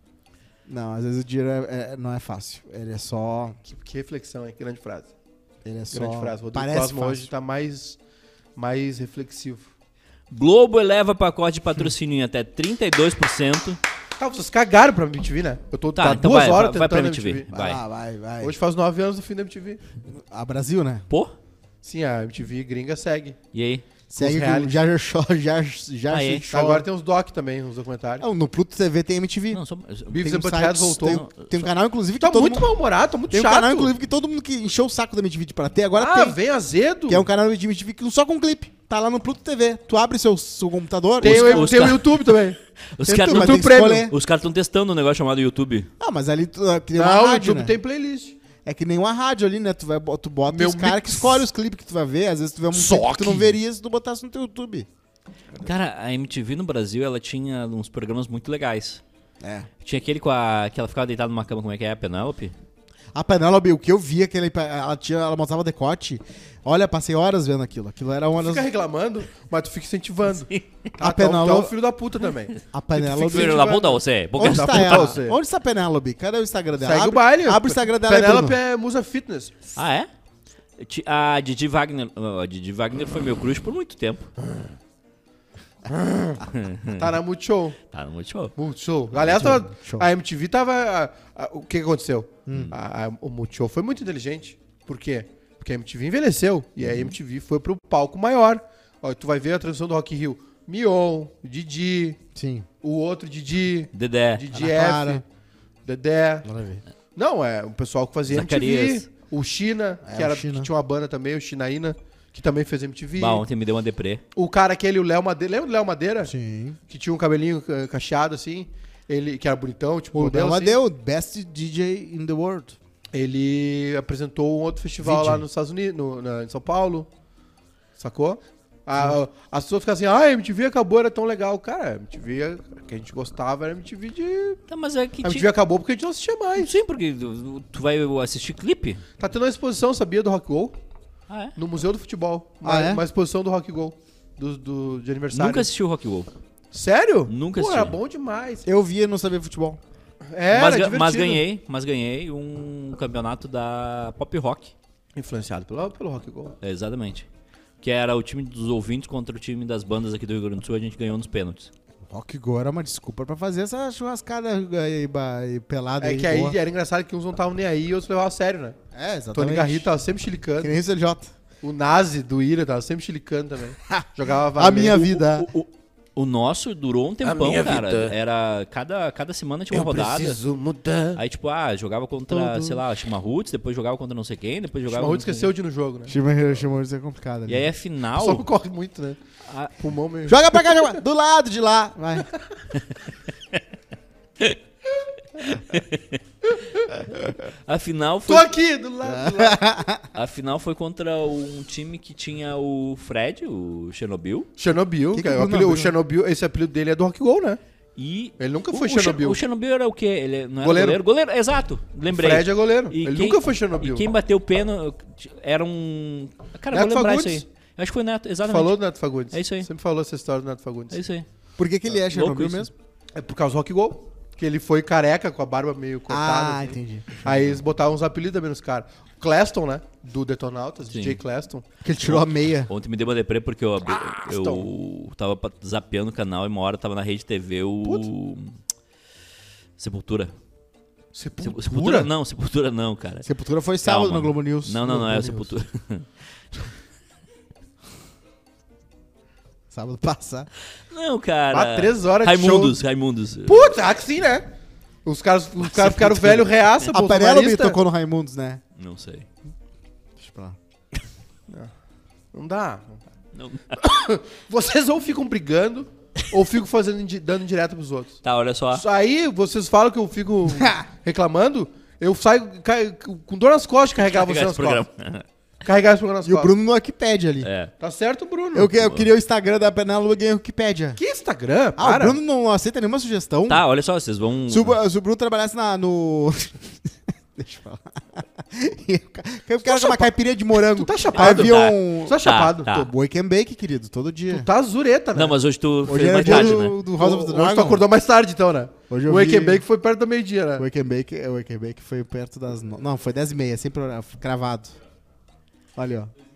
Não, às vezes o dinheiro é- é- não é fácil. Ele é só. Que, que reflexão, hein? Que grande frase. Ele é só. Grande frase. O Rodrigo Parece Cosmo fácil. hoje tá mais, mais reflexivo. Globo eleva pacote de patrocínio em até trinta e dois por cento. Ah, vocês cagaram pra M T V, né? Eu tô Tá, tá, então duas vai, horas vai, vai tentando pra M T V. Vai, Vai. lá, vai, vai. Hoje faz nove anos do fim da M T V. A Brasil, né? Pô? Sim, a M T V gringa segue. E aí? Segue com reality. Jar Jar Shaw, Jar Jar Ah, é? Shaw. Agora tem uns doc também, uns documentários. Não, no Pluto T V tem M T V. Não, só... Beavis Tem and um Butthead site- voltou. Tem, tem um canal, inclusive, que Tá todo muito mundo... mal-humorado, tá muito Tem um chato. canal, inclusive, que todo mundo que encheu o saco da M T V de pra ter, agora ah, tem. vem azedo. Que é um canal de M T V que- só com clipe. Tá lá no Pluto T V. Tu abre seu, seu computador... Tem, os o, caras- os tem ca- o YouTube também. Os Tem caras tudo, mas estão tem que escolher. os caras estão testando um negócio chamado YouTube. Ah, mas ali tu, é que nem uma Não, o rádio, YouTube né? tem playlist. É que nem uma rádio ali, né? Tu, vai, tu bota Meu os caras que mix. escolhem os clipes que tu vai ver. Às vezes tu vê um Só clipe que tu não que- veria se tu botasse no teu YouTube. Cara, a M T V no Brasil, ela tinha uns programas muito legais. É. Tinha aquele com a... que ela ficava deitada numa cama, como é que é? A Penélope? A Penélope, o que eu vi, aquele, ela, tinha, ela mostrava decote. Olha, passei horas vendo aquilo. Aquilo era uma das... Fica reclamando, mas tu fica incentivando. A Ah, tu é um- tu é um Penélope... filho da puta também. A Penélope... Filho da puta, você. Porque... Onde da está puta ela? você. Onde está a Penélope? Cadê o Instagram dela? Segue abre, o baile. Abre o Instagram dela aí, Penélope Bruno. é musa fitness. Ah, é? Ti- A Didi Wagner... A Didi Wagner foi meu crush por muito tempo. Tá na Multishow. Tá no Multishow. Multishow. Aliás, tava- show. a M T V tava... a- a- o que que aconteceu? Hum. A- a- o Multishow foi muito inteligente. Por quê? Porque a M T V envelheceu. E a M T V foi pro palco maior. Ó, tu vai ver a transmissão do Rock in Rio. Mion, Didi, Sim. o outro Didi, Dedé. Didi Ana F, Clara. Dedé. Bora ver. Não, é o pessoal que fazia Zacarias. M T V. O China, É, que, o era, China. que tinha uma banda também, o Chinaína, que também fez M T V. Bah, ontem me deu uma deprê. O cara aquele, o Léo Madeira. Lembra do Léo Madeira? Sim. Que tinha um cabelinho eh, cacheado assim. Ele, que era bonitão, tipo, O modelo, Del assim. Madeu, Best D J in the World. Ele apresentou um outro festival V J. lá nos Estados Unidos, no, na- em São Paulo. Sacou? A- as pessoas ficam assim, ah, a M T V acabou, era tão legal. Cara, a M T V a- que a gente gostava era a M T V de. Tá, mas é que... A M T ti- V acabou porque a gente não assistia mais. Sim, porque tu, tu vai assistir clipe? Tá tendo uma exposição, sabia, do Rock Go? Ah, é? No Museu do Futebol. Uma, Ah, é? uma exposição do Rock Go. Do, do, de aniversário. Nunca assisti o Rock Wall. Sério? Nunca Pô, assisti. era bom demais. Eu via e não sabia futebol. Era mas, ga- divertido. mas ganhei, mas ganhei um campeonato da Pop Rock. Influenciado pelo, pelo Rock Go. É, exatamente. Que era o time dos ouvintes contra o time das bandas aqui do Rio Grande do Sul, a gente ganhou nos pênaltis. Rock Go era uma desculpa pra fazer essa churrascada aí, ba- aí, pelada É aí. que aí boa. era engraçado que uns não estavam nem aí e outros levavam a sério, né? É, exatamente. Tony Garrido tava sempre Que chilicando. nem esse L J. O Nazi do Ira tava sempre chilicando também. Jogava A valendo. minha vida. O, o- o nosso durou um tempão, minha cara. vida. Era. Cada, cada semana tinha uma Eu rodada. preciso mudar. Aí, tipo, ah, jogava contra, sei lá, Chimarruts, depois jogava contra não sei quem, depois O jogava. Chimarrão contra não sei esqueceu de ir no jogo, né? Chimarrão, chimarrão, isso é complicado. quem. ali. E aí a O final. pessoal corre muito, né? a- Pulmão meio... Joga pra cá, joga. Do lado de lá. Vai. A final Tô foi. aqui, do lado, do lado. A final foi contra um time que tinha o Fred, o Chernobyl. Chernobyl, Que que que é o o, Bruno apelido, o abriu? Chernobyl, esse apelido dele é do Rock Go, né? E. Ele nunca o- foi o Cher- Chernobyl. O Chernobyl era o quê? Ele não era Goleiro. goleiro? Goleiro, exato. Lembrei. Fred é goleiro. E Ele quem- nunca foi Chernobyl. E quem bateu o pênalti era um. Cara, eu Neto vou lembrar Fagundes. isso aí. Eu acho que foi o Neto, exatamente. Falou do Neto Fagundes. É isso aí. Sempre falou essa história do Neto Fagundes. É isso aí. Por que, que ele é Louco Chernobyl isso. mesmo? É por causa do Rock Go. Que ele foi careca, com a barba meio cortada. Ah, assim. entendi. Aí eles botavam uns apelidos também nos caras. Cleston, né? Do Detonautas, Sim. D J Cleston. Que ele tirou a meia. Ontem me deu uma deprê porque eu, abri, Ah, eu tava pa- zapeando o canal e uma hora tava na Rede T V o. Sepultura. Se- Sepultura? Sepultura não, Sepultura não, cara. Sepultura foi sábado Calma. no Globo News. Não, não, não, é o Globo News. Sepultura. Sábado passado. Não, cara. Ah, três horas de Raimundos, Raimundos. Putz, ah, que sim, né? Os caras, os caras ficaram velho reaça, A Penélope bolsonarista. tocou no Raimundos, né? Não sei. Deixa pra lá. Não dá. Não. Vocês ou ficam brigando, ou ficam fazendo, indi- dando direto pros outros. Tá, olha só. Aí, vocês falam que eu fico reclamando, eu saio caio, com dor nas costas de carregar você Pegar nas esse programa. costas. Carregar esse programa nas E o costas. Bruno no Wikipedia ali. É. Tá certo, Bruno. Eu, que- eu queria o Instagram da Penélope e ganhei o Wikipedia. Que Instagram? Ah, Para. o Bruno não aceita nenhuma sugestão? Tá, olha só, vocês vão. Se o, se o Bruno trabalhasse na, no... Deixa eu falar. Eu quero chapa- uma caipirinha de morango. Tu tá chapado, Aí havia tá. um... Tu tá chapado. tá. Tô wake and bake, querido, todo dia. Tu tá zureta, né? Não, mas hoje tu Hoje fez era mais dia tarde, do, né? do House of the Dragon. Hoje tu acordou mais tarde, então, né? Hoje eu O Wake vi- and Bake foi perto do meio-dia, né? O Wake and Bake, o Wake and Bake foi perto das... No... Não, foi dez e meia, sempre cravado. Olha, ó.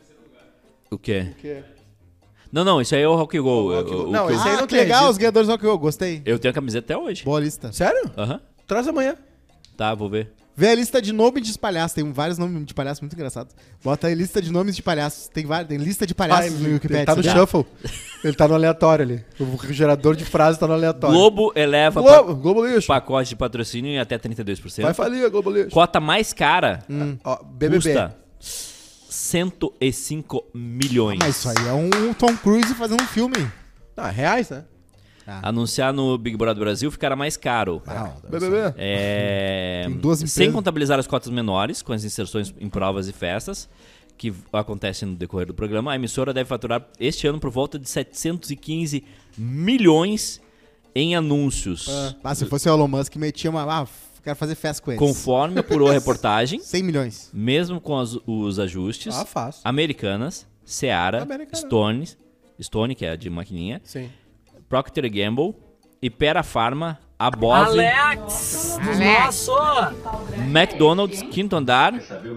O quê? Que é- Não, não, isso aí é o Rock Go. O Rock O- Go. o- Não, o- esse aí Ah, não que tem legal, registro. os ganhadores do que eu gostei. Eu tenho a camiseta até hoje. Boa lista. Sério? Aham. Traz amanhã. Tá, vou ver. Vê a lista de nomes de palhaços. Tem vários nomes de palhaços muito engraçados. Bota aí lista de nomes de palhaços. Tem vários, tem lista de palhaços Ah, no ele, Wikipedia. ele tá no sabia? shuffle. Ele tá no aleatório ali. O gerador de frases tá no aleatório. Globo eleva Globo, Globo Lixo. pa- pacote de patrocínio em até trinta e dois por cento. Vai falir, Globo Lixo. Cota mais cara Ó, B B B. custa cento e cinco milhões. Mas isso aí é um Tom Cruise fazendo um filme. Ah, reais, né? Anunciar no Big Brother Brasil ficará mais caro. B B B. É, Tem duas sem empresas. contabilizar as cotas menores, com as inserções em provas e festas, que acontecem no decorrer do programa, a emissora deve faturar este ano por volta de setecentos e quinze milhões em anúncios. Ah, se fosse o Elon Musk, metia uma... Ah, quero fazer festa com eles. Conforme apurou a reportagem, cem milhões. mesmo com as- os ajustes, Ah, fácil. Americanas, Seara, Americanas. Stone, Stone, que é a de maquininha, Sim. Procter Gamble, Ipera Pharma, Above, Alex! Nosso! McDonald's, Quinto Andar,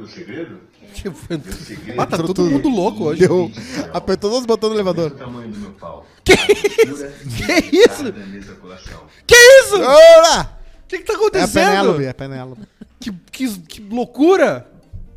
Que foi- Ah, tá todo mundo louco hoje. Deu. Apertou todos os botões do elevador. tamanho do meu pau. Que isso? Da minha circulação. Que isso? O Olá! que que tá É a acontecendo? Penélope, é a Penélope. que, que, que loucura.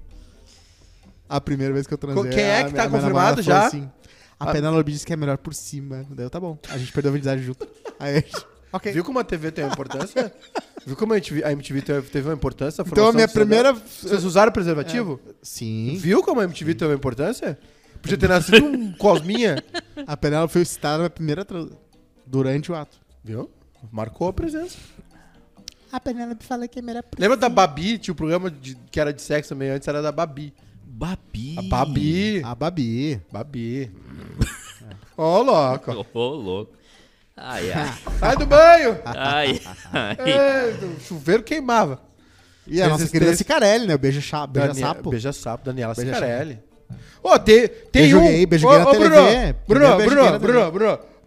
A primeira vez que eu transei. Quem é a que minha- tá a minha confirmado namorada já? falou Assim, a Ah. Penélope disse que é melhor por cima. Daí eu, tá bom. A gente perdeu a virgindade junto. Aí a gente... Ok. Viu como a T V tem uma importância? Viu como a M T V, a M T V teve teve uma importância? Então a formação minha do cidadão? primeira... Vocês usaram preservativo? Sim. Viu como a M T V teve uma importância? Podia ter nascido um Cosminha. A Penélope foi citada na minha primeira transa. Durante o ato. Viu? Marcou a presença. A Penélope fala que é melhor por Lembra da Babi? Tinha o um programa de- que era de sexo também. Antes era da Babi. Babi. A Babi. A Babi. Babi. Ó, louco. Ô, louco. Ai, ai. Sai do banho. ai, ai. É, o chuveiro queimava. E a nossa Resistência. querida Cicarelli, né? O beija, cha... beija Daniel- sapo. Beija sapo, Daniela Beija Cicarelli. Ô, tem, tem Beijo um... gay, beijo Ô, gay na ô, Bruno, T V. Bruno, Primeiro beijo Bruno, gay na T V. Bruno, Bruno.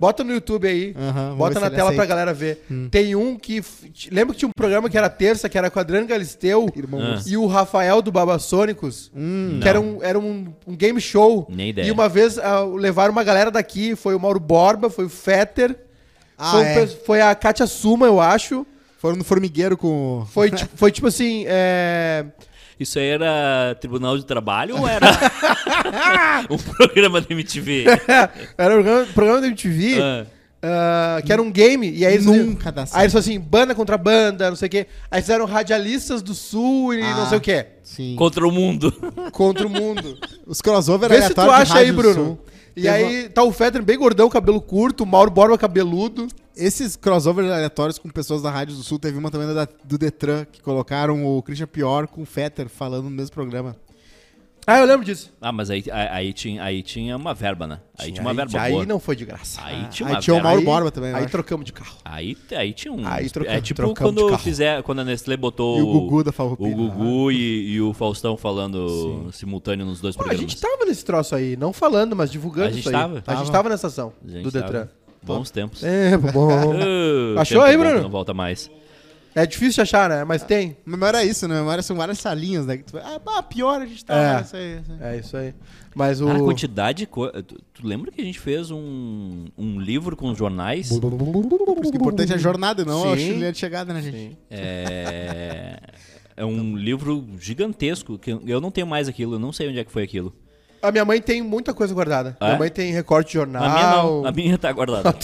Bota no YouTube aí. Aham, vamos bota ver na se ele tela pra aceita. galera ver. Hum. Tem um que... f- Lembra que tinha um programa que era terça, que era com a Adriano Galisteu Irmão Ah. Urso. e o Rafael do Babassônicos? Hum. Que era, um, era um, um game show. Nem ideia. E uma vez ah, levaram uma galera daqui. Foi o Mauro Borba, foi o Fetter. Ah, foi, um é. pe- foi a Kátia Suma, eu acho. Foram no formigueiro com... o- Foi, ti- foi tipo assim... É... Isso aí era Tribunal de Trabalho ou era um programa da M T V? Era um programa, programa da M T V. Ah, ah, que era um game, e aí eles Nunca dá certo. Aí eles falaram assim, banda contra banda, não sei o quê. Aí fizeram radialistas do sul e Ah. não sei o quê. Sim. contra o mundo. Contra o mundo. Os crossover Vê se tu aleatórios de acha aí, Rádio Bruno. Sul. E Teve aí tá o Fetter bem gordão, cabelo curto, o Mauro Borba cabeludo. Esses crossover aleatórios com pessoas da Rádio do Sul, teve uma também da, do Detran, que colocaram o Christian Pior com o Fetter falando no mesmo programa. Ah, eu lembro disso. Ah, mas aí, aí, aí tinha, aí tinha uma verba, né? Aí tinha, uma aí, verba aí boa. não foi de graça. Aí Ah, tinha aí uma tinha o verba. Mauro Aí- Borba também, eu Aí acho. trocamos de carro. Aí, aí tinha um... Aí troca- é tipo trocamos de quando carro. fizer, quando a Nestlé botou E o Gugu da o Farroupilha. Gugu e, e o Faustão falando simultâneo nos dois Pô, a programas. gente tava nesse troço aí, não falando, mas divulgando A gente isso aí. tava. A gente Tava. tava nessa ação A gente do tava- Detran. Bons tempos. É, bom. Ah, Achou tempo aí, bom que Bruno? Não volta mais. É difícil de achar, né? Mas tem. Memória é isso, né? Memória são várias salinhas, né? Que tu vai, ah, pá, pior a gente tá. É. Isso aí, isso aí. É isso aí. Mas o... Cara, a quantidade de coisa... Tu, tu lembra que a gente fez um, um livro com os jornais? Por isso que o importante é a jornada, não a Sim. chileira de chegada, né, gente? Sim. É... é um livro gigantesco, que eu não tenho mais aquilo, eu não sei onde é que foi aquilo. A minha mãe tem muita coisa guardada. É? Minha mãe tem recorte de jornal. A minha não, a minha tá guardada.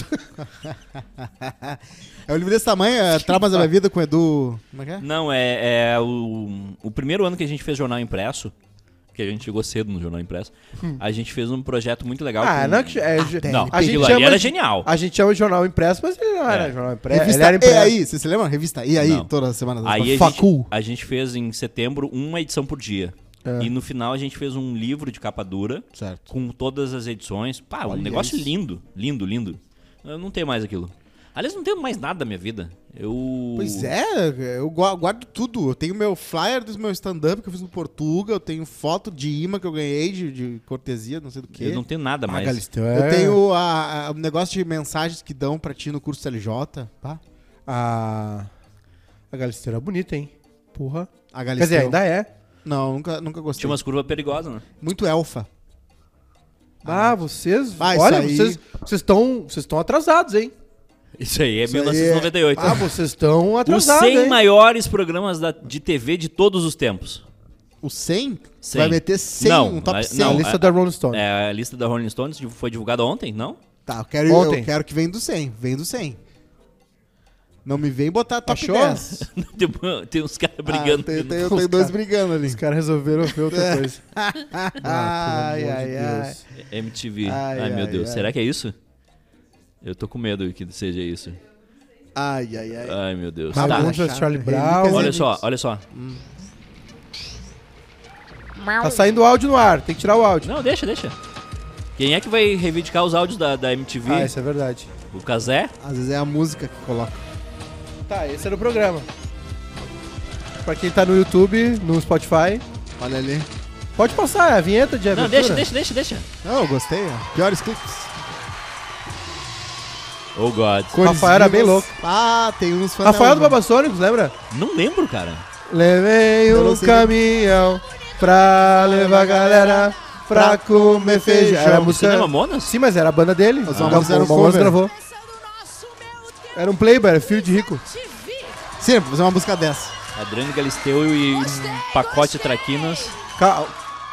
É um livro desse tamanho, é Traumas da Minha Vida com o Edu... Como é que é? Não, é, é o, o primeiro ano que a gente fez jornal impresso, que a gente chegou cedo no jornal impresso, a gente fez um projeto muito legal. Ah, com- não é que... É, tem. Não, a gente aquilo ali chama era de- genial. A gente chama de jornal impresso, mas ele não era É. jornal impresso. Ele Revista era E impresso. aí, você se lembra? Revista E aí, Não. toda semana. Aí a gente, Facul. a gente fez em setembro uma edição por dia. É. E no final a gente fez um livro de capa dura Certo. com todas as edições. Pá, um Olha negócio isso. lindo, lindo, lindo. Eu não tenho mais aquilo. Aliás, não tenho mais nada da minha vida. Eu... Pois é, eu gua- guardo tudo. Eu tenho meu flyer dos meus stand-up que eu fiz no Portugal, eu tenho foto de imã que eu ganhei de, de cortesia, não sei do que. Eu não tenho nada Ah, mais. Galisteu, Eu é- tenho a- a- o negócio de mensagens que dão pra ti no curso L J. Pá. A... A Galisteu era bonita, hein? Porra. A Quer Galisteu. dizer, ainda é. Não, nunca, nunca gostei. Tinha umas curvas perigosas, né? Muito elfa. Ah, vocês... Ah, isso olha, aí- vocês vocês estão vocês estão atrasados, hein? Isso aí é Isso aí mil novecentos e noventa e oito. Ah, vocês estão Os atrasados, cem hein? maiores programas da- de T V de todos os tempos. O cem? cem. Vai meter cem, Não, um top a- cem. A não, lista é- da Rolling Stone. É, a lista da Rolling Stones foi divulgada ontem, não? Tá, eu quero, Ontem. eu quero que venha do cem. Vem do cem. Não me vem botar top Achou? dez. tem, tem uns caras brigando. Ah, tem, tem, Os tem dois cara- brigando ali. Os caras resolveram ver outra coisa. Ai, pelo amor ai, de ai. Deus. M T V. Ai, Ai, meu ai, Deus. ai. Será que é isso? Eu tô com medo que seja isso. Ai, ai, ai. Ai, meu Deus. Tá Tá. bom. Bagunça, Charlie Relíquias Brown. e- Olha só, olha só. Tá saindo o áudio no ar, tem que tirar o áudio. Não, deixa, deixa. Quem é que vai reivindicar os áudios da, da M T V? Ah, isso é verdade. O Cazé? Às vezes é a música que coloca. Tá, esse era o programa. Pra quem tá no YouTube, no Spotify, Olha ali. pode passar, é a vinheta de abertura. Não, deixa, deixa, deixa, deixa. Não, eu gostei. Ó. Piores clipes. Oh, God. Cores Rafael era bem vivas. louco. Ah, tem uns fãs. Rafael do da- Babassônicos, lembra? Não lembro, cara. Levei Eu não um sei caminhão pra levar a galera pra comer feijão. Era a música... Cinema Monas? Sim, mas era a banda dele. Os Ah, Mamonas eram o Mamonas cover. gravou. Era um playboy, era filho de rico. Sim, vou fazer uma música dessa. Adriano Galisteu e um pacote de traquinas. Ca...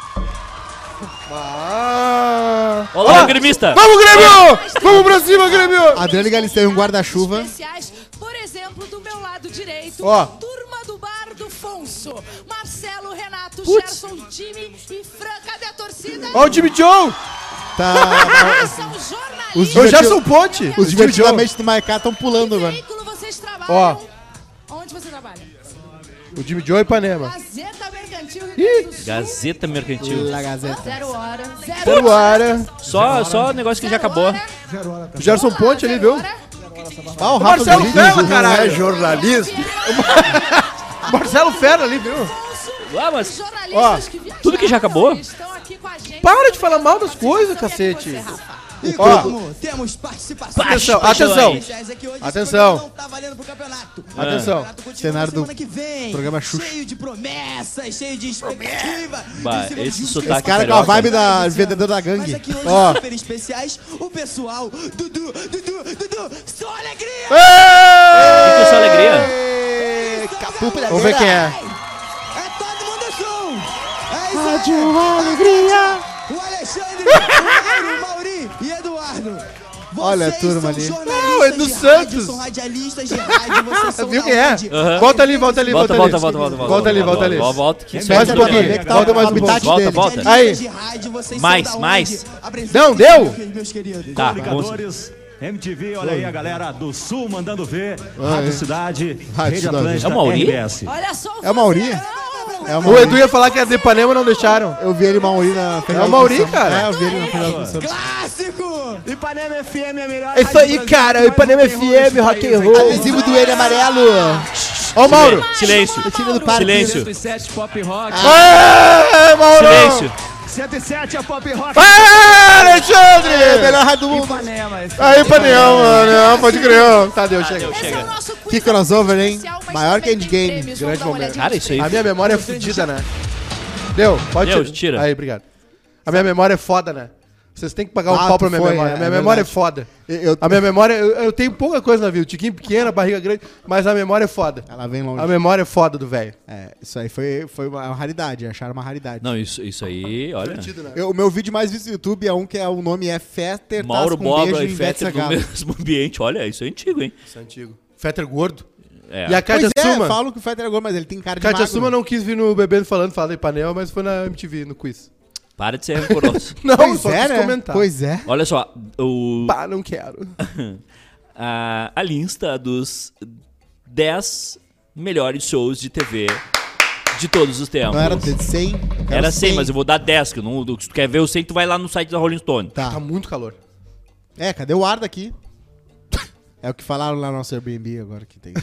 Ah. Olá, o gremista! Vamos, Grêmio! Vamos pra cima, Grêmio! Adriano Galisteu e um guarda-chuva. Especiais, por exemplo, do meu lado direito, Ó. turma do Bar do Fonso, Marcelo, Renato, Putz. Gerson, Jimmy e Fran. Cadê a torcida? Ó o Jimmy Joe! Tá. São Os jornalistas. Ô, divertidos- Gerson Ponte! Os Jimmy Joe. divertidamente do Maicá estão pulando Que agora. veículo vocês trabalham? Ó. Onde você trabalha? O Jimmy Joe e Ipanema. Gazeta Mercantil Rio Grande do Sul. Gazeta Mercantil. La Gazeta. Zero hora. Zero Zero hora. Só, só negócio que já acabou. hora. O Gerson Ponte ali, viu? Hora. Ah, o O Rafa Marcelo do Ferro, Vídeo. caralho. jornalismo. O Marcelo Ferro ali, viu? Ah, mas Jornalistas Ó, que viajaram tudo que já acabou? estão aqui com a gente. Para de falar mal das coisas, cacete. Rafa. E Ó. como temos participação... Atenção, Participações. atenção. especiais aqui hoje, Atenção. esse programa não tá valendo pro campeonato. Atenção. O campeonato continua Cenário do semana que vem, programa Xuxa. cheio de promessas, cheio de expectativa. Bah, em cima esse de um sotaque Esse cara com a carioca. vibe da Mas vendedor da gangue. aqui hoje, Ó. super especiais, o pessoal, Dudu, Dudu, Dudu, só alegria! O que que é sua alegria? Capu Vamos ver quem é. É todo mundo junto! É isso Rádio aí! Alegria. O Alexandre, o Mauro, o Mauri e Eduardo. Olha a Vocês turma são ali. jornalistas Ah, o Edu de Santos. rádio, são radialistas de rádio, vocês são Viu da quem é? onde? Aham. Volta ali, volta ali, Volta, volta ali. volta, volta, volta, volta. Volta ali, volta ali. Volta, volta. Que isso Mais é um pouquinho. muito Conectar Volta o mais um pouco. habitat Volta, dele. volta. Aí. De rádio, vocês Mais, são da mais. onde? Apresenta Não, aqui, deu? meus queridos. Tá, vamos. Comunicadores, M T V, olha aí a galera do Sul mandando ver. Ah, Rádio é. Cidade, Rádio Rede Cidade. Atlântica, É o Mauri? R B S. Olha só o É o Mauri? vozeirão. É o O Mauri. Edu ia falar que era de Ipanema, não deixaram. Eu vi ele Mauri na final. É o Mauri, cara. É, eu vi ele na final do Santos. Clássico! Ipanema F M é a melhor. É isso aí, cara. O Ipanema F M, rock and roll. Adesivo do ele amarelo. Ó o Mauro. Silêncio. Tira do parque. Silêncio. cento e sete Pop Rock. Aê, Mauro. Silêncio. cento e sete é Pop Rock. Aê, Alexandre. Melhor rádio do mundo. Ipanema. F M. Aí, Ipanema, mano. Pode crer. Tá, deu, chega. Deu, Esse é chega. o nosso quiz Que crossover, hein? especial, mas Maior que também tem Endgame. prêmios. Grande Vamos dar uma momento. olhadinha Cara, nos isso aí. A minha memória é fodida, né? Deu, pode Deu, tirar. tira. Aí, obrigado. A minha memória é foda, né? Vocês têm que pagar um Ah, pau tu pra minha foi, memória. é, A minha é memória é verdade. foda. Eu, A minha memória, eu, eu tenho pouca coisa na vida. Tiquinho pequena, barriga grande, mas a memória é foda. Ela vem longe. A memória é foda do velho. É, isso aí foi, foi uma raridade, acharam uma raridade. Não, isso, isso aí, olha. Divertido, né? Eu- o meu vídeo mais visto no YouTube é um que é, o nome é Fetter, Mauro com Boba beijo e em Ivete Fetter no Sangalo. mesmo ambiente. Olha, isso é antigo, hein? Isso é antigo. Fetter gordo. É. E a Kátia Pois é, Suma. falam que o Fetter é gordo, mas ele tem cara de Kátia magro. Suma não quis vir no Bebendo Falando, falar da Ipanema, mas foi na M T V, no quiz. Para de ser rancoroso. Não, Pois só é, quis né? comentar. Pois é. Olha só, o, Pá, não quero. a, a lista dos dez melhores shows de T V de todos os tempos. Não era de cem? Era cem, mas eu vou dar dez, que eu não, se tu quer ver o cem, tu vai lá no site da Rolling Stone. Tá. Tá muito calor. É, cadê o ar daqui? É o que falaram lá no nosso Airbnb agora que tem.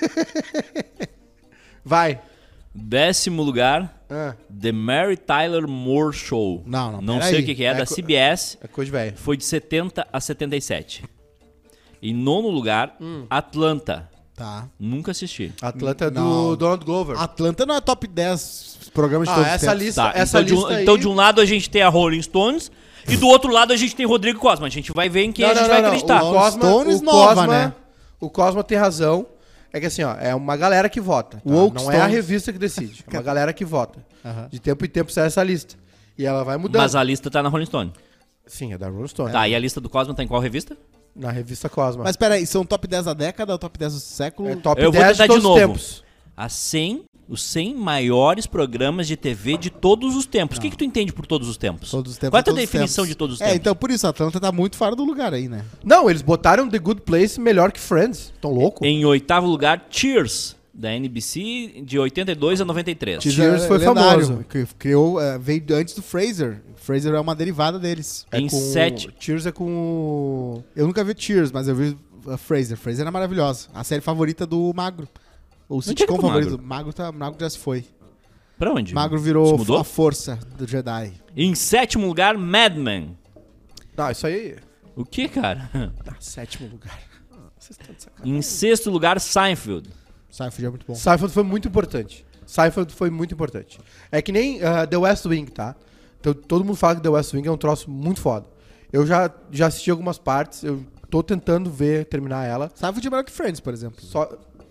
Vai. Décimo lugar, Ah, The Mary Tyler Moore Show. Não, não, Não peraí. sei o que, que é, É da co- C B S. é coisa de velho. Foi de setenta a setenta e sete. Em nono lugar, Hum. Atlanta. Tá. Nunca assisti. Atlanta é do Não. Donald Glover. Atlanta não é top dez programas de Ah, todos os essa tempos. lista, Tá, essa então, de um, lista aí... então de um lado a gente tem a Rolling Stones e do outro lado a gente tem Rodrigo Cosma. A gente vai ver em quem Não, a gente não, vai não, não. acreditar. O Rolling Cosma, Stones o nova, Cosma, né? O Cosma tem razão. É que assim, ó, é uma galera que vota. Tá? Woke Não é a Stones. revista que decide. É uma galera que vota. Aham. De tempo em tempo sai essa lista. E ela vai mudando. Mas a lista tá na Rolling Stone. Sim, é da Rolling Stone. Tá, e a lista do Cosma tá em qual revista? Na revista Cosma. Mas peraí, são top dez da década ou top dez do século? é top Eu vou dez tentar de todos de os novo. tempos. As cem, os cem maiores programas de T V de todos os tempos. O que, que tu entende por todos os tempos? Todos os tempos. Qual é a tua todos os definição tempos. de todos os É, tempos? então por isso, a Atlanta tá muito fora do lugar aí, né? Não, eles botaram The Good Place melhor que Friends. Tão louco? Em oitavo lugar, Cheers, da N B C, de oitenta e dois a noventa e três. Cheers foi lendário, famoso. que Criou, é, veio antes do Fraser. Fraser é uma derivada deles. É Em com- sete. Cheers é com o... Eu nunca vi Cheers, mas eu vi a Fraser. Fraser era maravilhosa. A série favorita do Magro. O Onde é que sitcom tá o favorito. Magro? Magro, tá, Magro já se foi. Pra onde? Magro Se virou mudou? a força do Jedi. Em sétimo lugar, Mad Men. Não, isso aí... O que, cara? Ah, sétimo lugar. Vocês estão de sacanagem. Em sexto lugar, Seinfeld. Seinfeld é muito bom. Seinfeld foi muito importante. Seinfeld foi muito importante. É que nem uh, The West Wing, tá? Então, todo mundo fala que The West Wing é um troço muito foda. Eu já, já assisti algumas partes, eu tô tentando ver, terminar ela. Seinfeld é melhor que Friends, por exemplo. Só...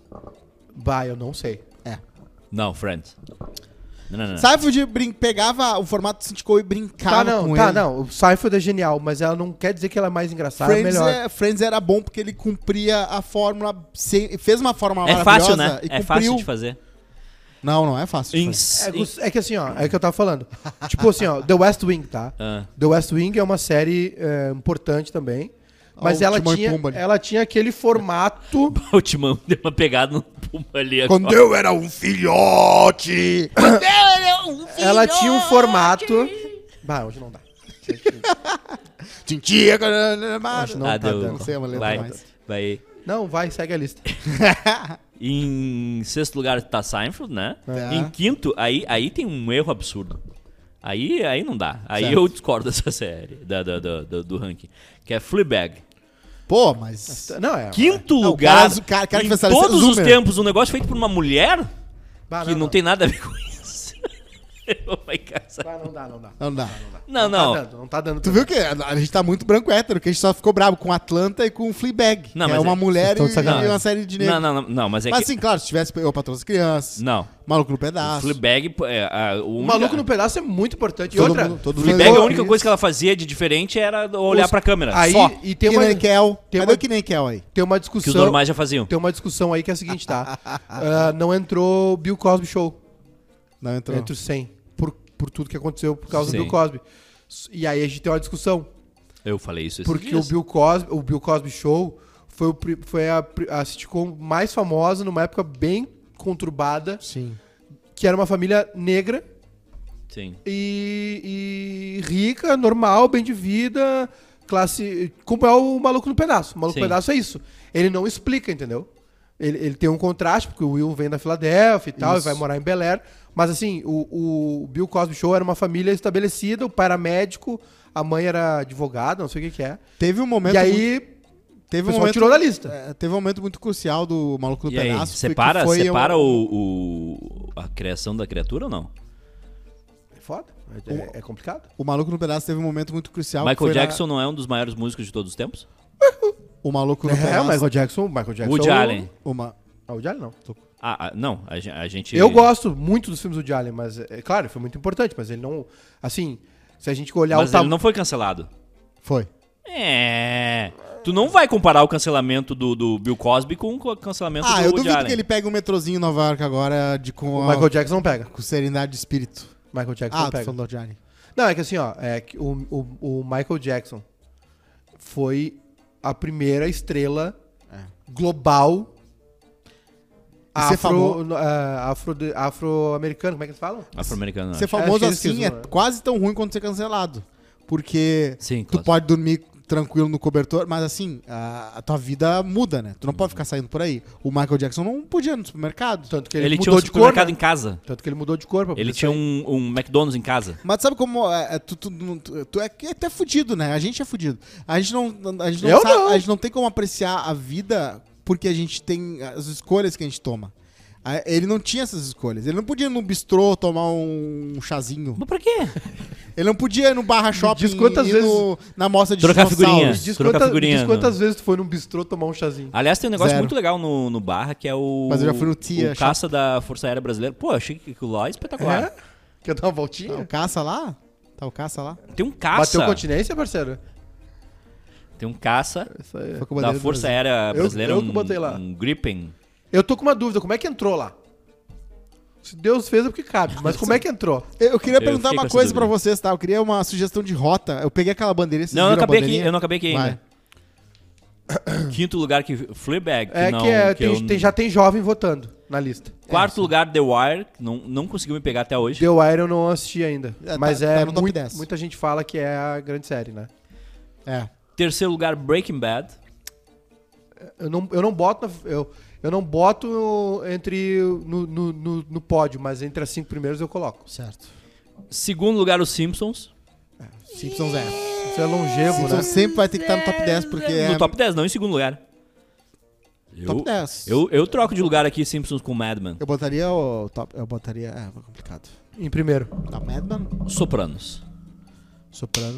Bah, eu não sei. É. Não, Friends. Não, não, não. Seinfeld brin- pegava o formato do sitcom e brincava Tá, não, com tá, ele. não. O Seinfeld é genial, mas ela não quer dizer que ela é mais engraçada, é Friends, melhor. é, Friends era bom porque ele cumpria a fórmula, sem- fez uma fórmula É fácil, né? e É cumpriu. fácil de fazer. Não, não é fácil de Em, fazer. É, gus- é que assim, ó, é o que eu tava falando. Tipo assim, ó, The West Wing, tá? Ah. The West Wing é uma série é, importante também. Mas Ó, o ela Timão e tinha, Pumba ali. ela tinha aquele formato. O Timão deu uma pegada no puma ali agora. Quando eu era um filhote! Ela tinha um formato. Bah, hoje não dá. Tintia, Acho não Ah, tá deu. dando. não sei a letra Vai, mais. vai. Não, vai, segue a lista. Em sexto lugar tá Seinfeld, né? É. Em quinto, aí, aí tem um erro absurdo. Aí, aí não dá. Aí Certo. eu discordo dessa série, da, da, da- do, do ranking. Que é Fleabag. Pô, mas... Não, é. Quinto Não, o lugar, cara- o cara- o cara que em fez essa lista todos é os Zoomer. tempos, um negócio feito por uma mulher Bah, que não, tem nada a ver com isso. Vai casar. Bah, não dá, não dá. Não dá. Não, não. Tá dando, não tá dando. Tu viu que a a gente tá muito branco hétero, que a gente só ficou bravo com Atlanta e com Fleabag. Não, que é mas uma é- mulher vocês estão de e, sacanagem. e uma série de negros. Não, não, não, não, mas é Mas que... assim, claro, se tivesse Eu Patrão das Crianças, Não. Maluco no Pedaço. Fleabag, pô, é, a, o O única- Maluco no Pedaço é muito importante. E Todo outra, mundo- todo mundo Fleabag, a lembrou única isso. coisa que ela fazia de diferente era olhar Os- pra câmera. Aí, Só. e tem que uma, nem Kel. tem Cadê uma- o que nem Kel aí? tem uma Que os discussão. normais já faziam. Tem uma discussão aí que é a seguinte, tá? Ah, não entrou o Bill Cosby Show Não entrou. entre os cem. Por, por tudo que aconteceu por causa Sim. do Bill Cosby. E aí a gente tem uma discussão. Eu falei isso esses Porque dias. o Bill Cosby, o Bill Cosby Show foi, o, pri- foi a, pri- a sitcom mais famosa numa época bem conturbada, Sim. que era uma família negra Sim. e, e rica, normal, bem de vida, classe. Como é o Maluco no Pedaço. O Maluco Sim. no Pedaço é isso. Ele não explica, entendeu? Ele, ele tem um contraste, porque o Will vem da Filadélfia e tal, Isso. e vai morar em Bel Air. Mas assim, o, o Bill Cosby Show era uma família estabelecida, o pai era médico, a mãe era advogada, não sei o que, que é. Teve um momento... E aí, teve o um pessoal momento, tirou da lista. é, teve um momento muito crucial do Maluco no E aí, Pedaço. porque separa, foi separa um- o, o- a criação da criatura ou não? É foda. É, é- é complicado. O Maluco no Pedaço teve um momento muito crucial. que Michael foi na- Jackson não é um dos maiores músicos de todos os tempos? O Maluco no É, Pedaço. o Michael Jackson. Michael Jackson Woody Allen. Uma... Ah, o Woody Allen não. Ah, ah, não, a, gen- a gente... Eu gosto muito dos filmes do Woody Allen, mas, é, é claro, foi muito importante, mas ele não. Assim, se a gente olhar Mas o tamanho. ele não foi cancelado. Foi. É... Tu não vai comparar o cancelamento do, do Bill Cosby com o cancelamento Ah, do eu Woody duvido Allen. que ele pegue um metrozinho em Nova York agora de, com, O a- Michael Jackson não pega. com serenidade de espírito. Michael Jackson Ah, não tô pega. falando do Woody Allen. Não, é que assim, ó, é que o, o, o Michael Jackson foi a primeira estrela É. global E ser afro, famo- no- ah, afro, afro-americano, como é que eles falam? Afro-americano, Ser acho. famoso acho que eles assim é esqueceram, né? quase tão ruim quanto ser cancelado. Porque Sim, tu claro. pode dormir tranquilo no cobertor, mas assim, a, a tua vida muda, né? Tu não pode ficar saindo por aí. O Michael Jackson não podia ir no supermercado. Tanto que ele, Ele, tinha mudou um de cor, supermercado né? em casa. Tanto que ele mudou de cor pra Ele poder tinha sair. um, um McDonald's em casa. Mas sabe como é, é, tu, tu, tu, tu é que é até fudido, né? A gente é fudido. A gente não, a gente não, Eu sabe- não. a gente não tem como apreciar a vida porque a gente tem as escolhas que a gente toma. A- Ele não tinha essas escolhas. Ele não podia ir no bistrô tomar um chazinho. Mas pra quê? Ele não podia ir no barra shopping diz quantas ir vezes- no- na mostra de Trocar dinossauros. figurinhas. Diz, Trocar quanta, figurinha, diz quantas né? vezes tu foi num bistrô tomar um chazinho. Aliás, tem um negócio Zero. muito legal no, no Barra, que é o... Mas eu já fui no Tia o caça da Força Aérea Brasileira. Pô, achei que aquilo lá é espetacular. É? Quer dar uma Tá voltinha? o caça lá? Tá o caça lá? Tem um caça. Bateu continência, parceiro? Tem um caça Isso aí. Foi com a da bandeira do Força Brasil. Aérea Eu- Brasileira, eu que um, botei lá. um Gripen. Eu tô com uma dúvida, como é que entrou lá? Se Deus fez é porque cabe, mas como é que entrou? Eu, eu queria Eu perguntar fiquei com uma essa coisa pra dúvida. vocês, tá? Eu queria uma sugestão de rota. Eu peguei aquela bandeirinha. vocês Não, eu não viram a acabei aqui, bandeirinha? eu não acabei aqui ainda. Vai. Quinto lugar que Fleabag, que É não, que, é, que tem, eu- tem- já tem jovem votando na lista. Quarto lugar, The Wire, que não, não conseguiu me pegar até hoje. The Wire eu não assisti ainda. É, tá- mas tá é no top muito- dez. muita gente fala que é a grande série, né? É. Terceiro lugar, Breaking Bad. Eu não, eu não boto. na- eu, eu não boto entre. No, no, no, no pódio, mas entre as cinco primeiros eu coloco. Certo. Segundo lugar, Os Simpsons. Simpsons é. Isso é longevo, Simpsons né? sempre vai ter que estar no top dez, porque é No top dez, não em segundo lugar. Eu, top dez. Eu, eu troco de lugar aqui Simpsons com Mad Men. Eu botaria o top. Eu botaria. É, foi complicado. Em primeiro. Tá, Madman, Sopranos. Sopranos.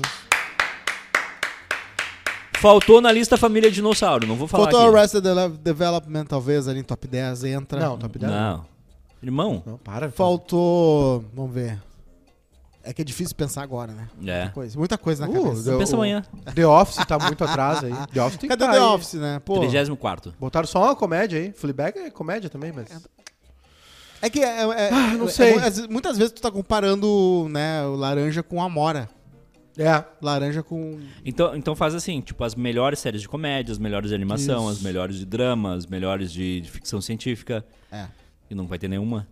Faltou na lista Família Dinossauro, não vou falar Faltou aqui. Arrested Dele- Development, talvez, ali em top dez, entra. Não, top dez. Não. Irmão, Não, para. Faltou. Vamos ver. É que é difícil pensar agora, né? é. Muita coisa, muita coisa na Uh, cabeça. deu- Pensa o- amanhã. The Office tá muito atrás aí. The Office tem que Cadê tá The aí. Office, né? Pô. trigésimo quarto. Botaram só uma comédia aí. Fleabag é comédia também, mas... É que é, é- Ah, não é- sei. é- às vezes- muitas vezes tu tá comparando, né, o laranja com Amora. É. Laranja com. Então, então faz assim, tipo, as melhores séries de comédia, as melhores de animação, Isso. as melhores de drama, as melhores de, de ficção científica. É. E não vai ter nenhuma.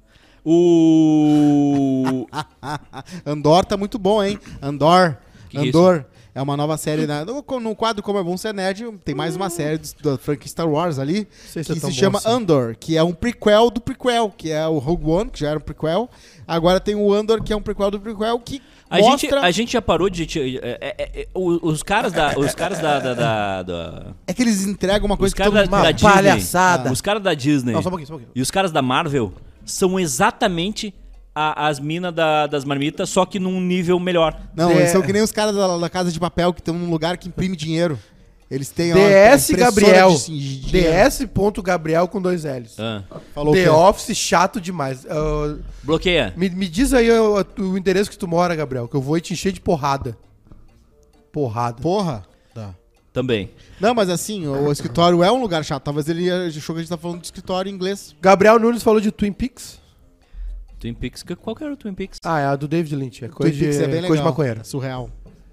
O... Andor tá muito bom, hein? Andor. Que que é Andor. É uma nova série, na, no, no quadro Como é Bom Ser Nerd, tem mais uma série do, da franquia Star Wars ali, sei se que é tão se bom chama assim. Andor, que é um prequel do prequel, que é o Rogue One, que já era um prequel. Agora tem o Andor, que é um prequel do prequel, que A gente, mostra... a gente já parou de... de- é- é- é- os os caras da... Os caras da... da, da- da- É que eles entregam uma os coisa que caras todo da, mundo... da Disney... palhaçada. Os caras da Disney Não, só um pouquinho, só um pouquinho. e os caras da Marvel são exatamente a- as minas da- das marmitas, só que num nível melhor. Não, D- eles são que nem os caras da, da Casa de Papel, que estão num lugar que imprime dinheiro. Eles têm ó, D S impressora Gabriel. de- de D dinheiro. S ponto Gabriel com dois L's. Ah. Falou o The quê? Office chato demais. Uh, Bloqueia. me, me diz aí o, o endereço que tu mora, Gabriel, que eu vou te encher de porrada. Porrada. Porra. Tá. Também. Não, mas assim, o, o escritório é um lugar chato. Talvez ele achou que a gente tá falando de escritório em inglês. Gabriel Nunes falou de Twin Peaks. Twin Peaks. que- Qual que era o Twin Peaks? Ah, é a do David Lynch. É coisa, Twin Peaks de, é bem coisa de legal. maconheiro. É surreal.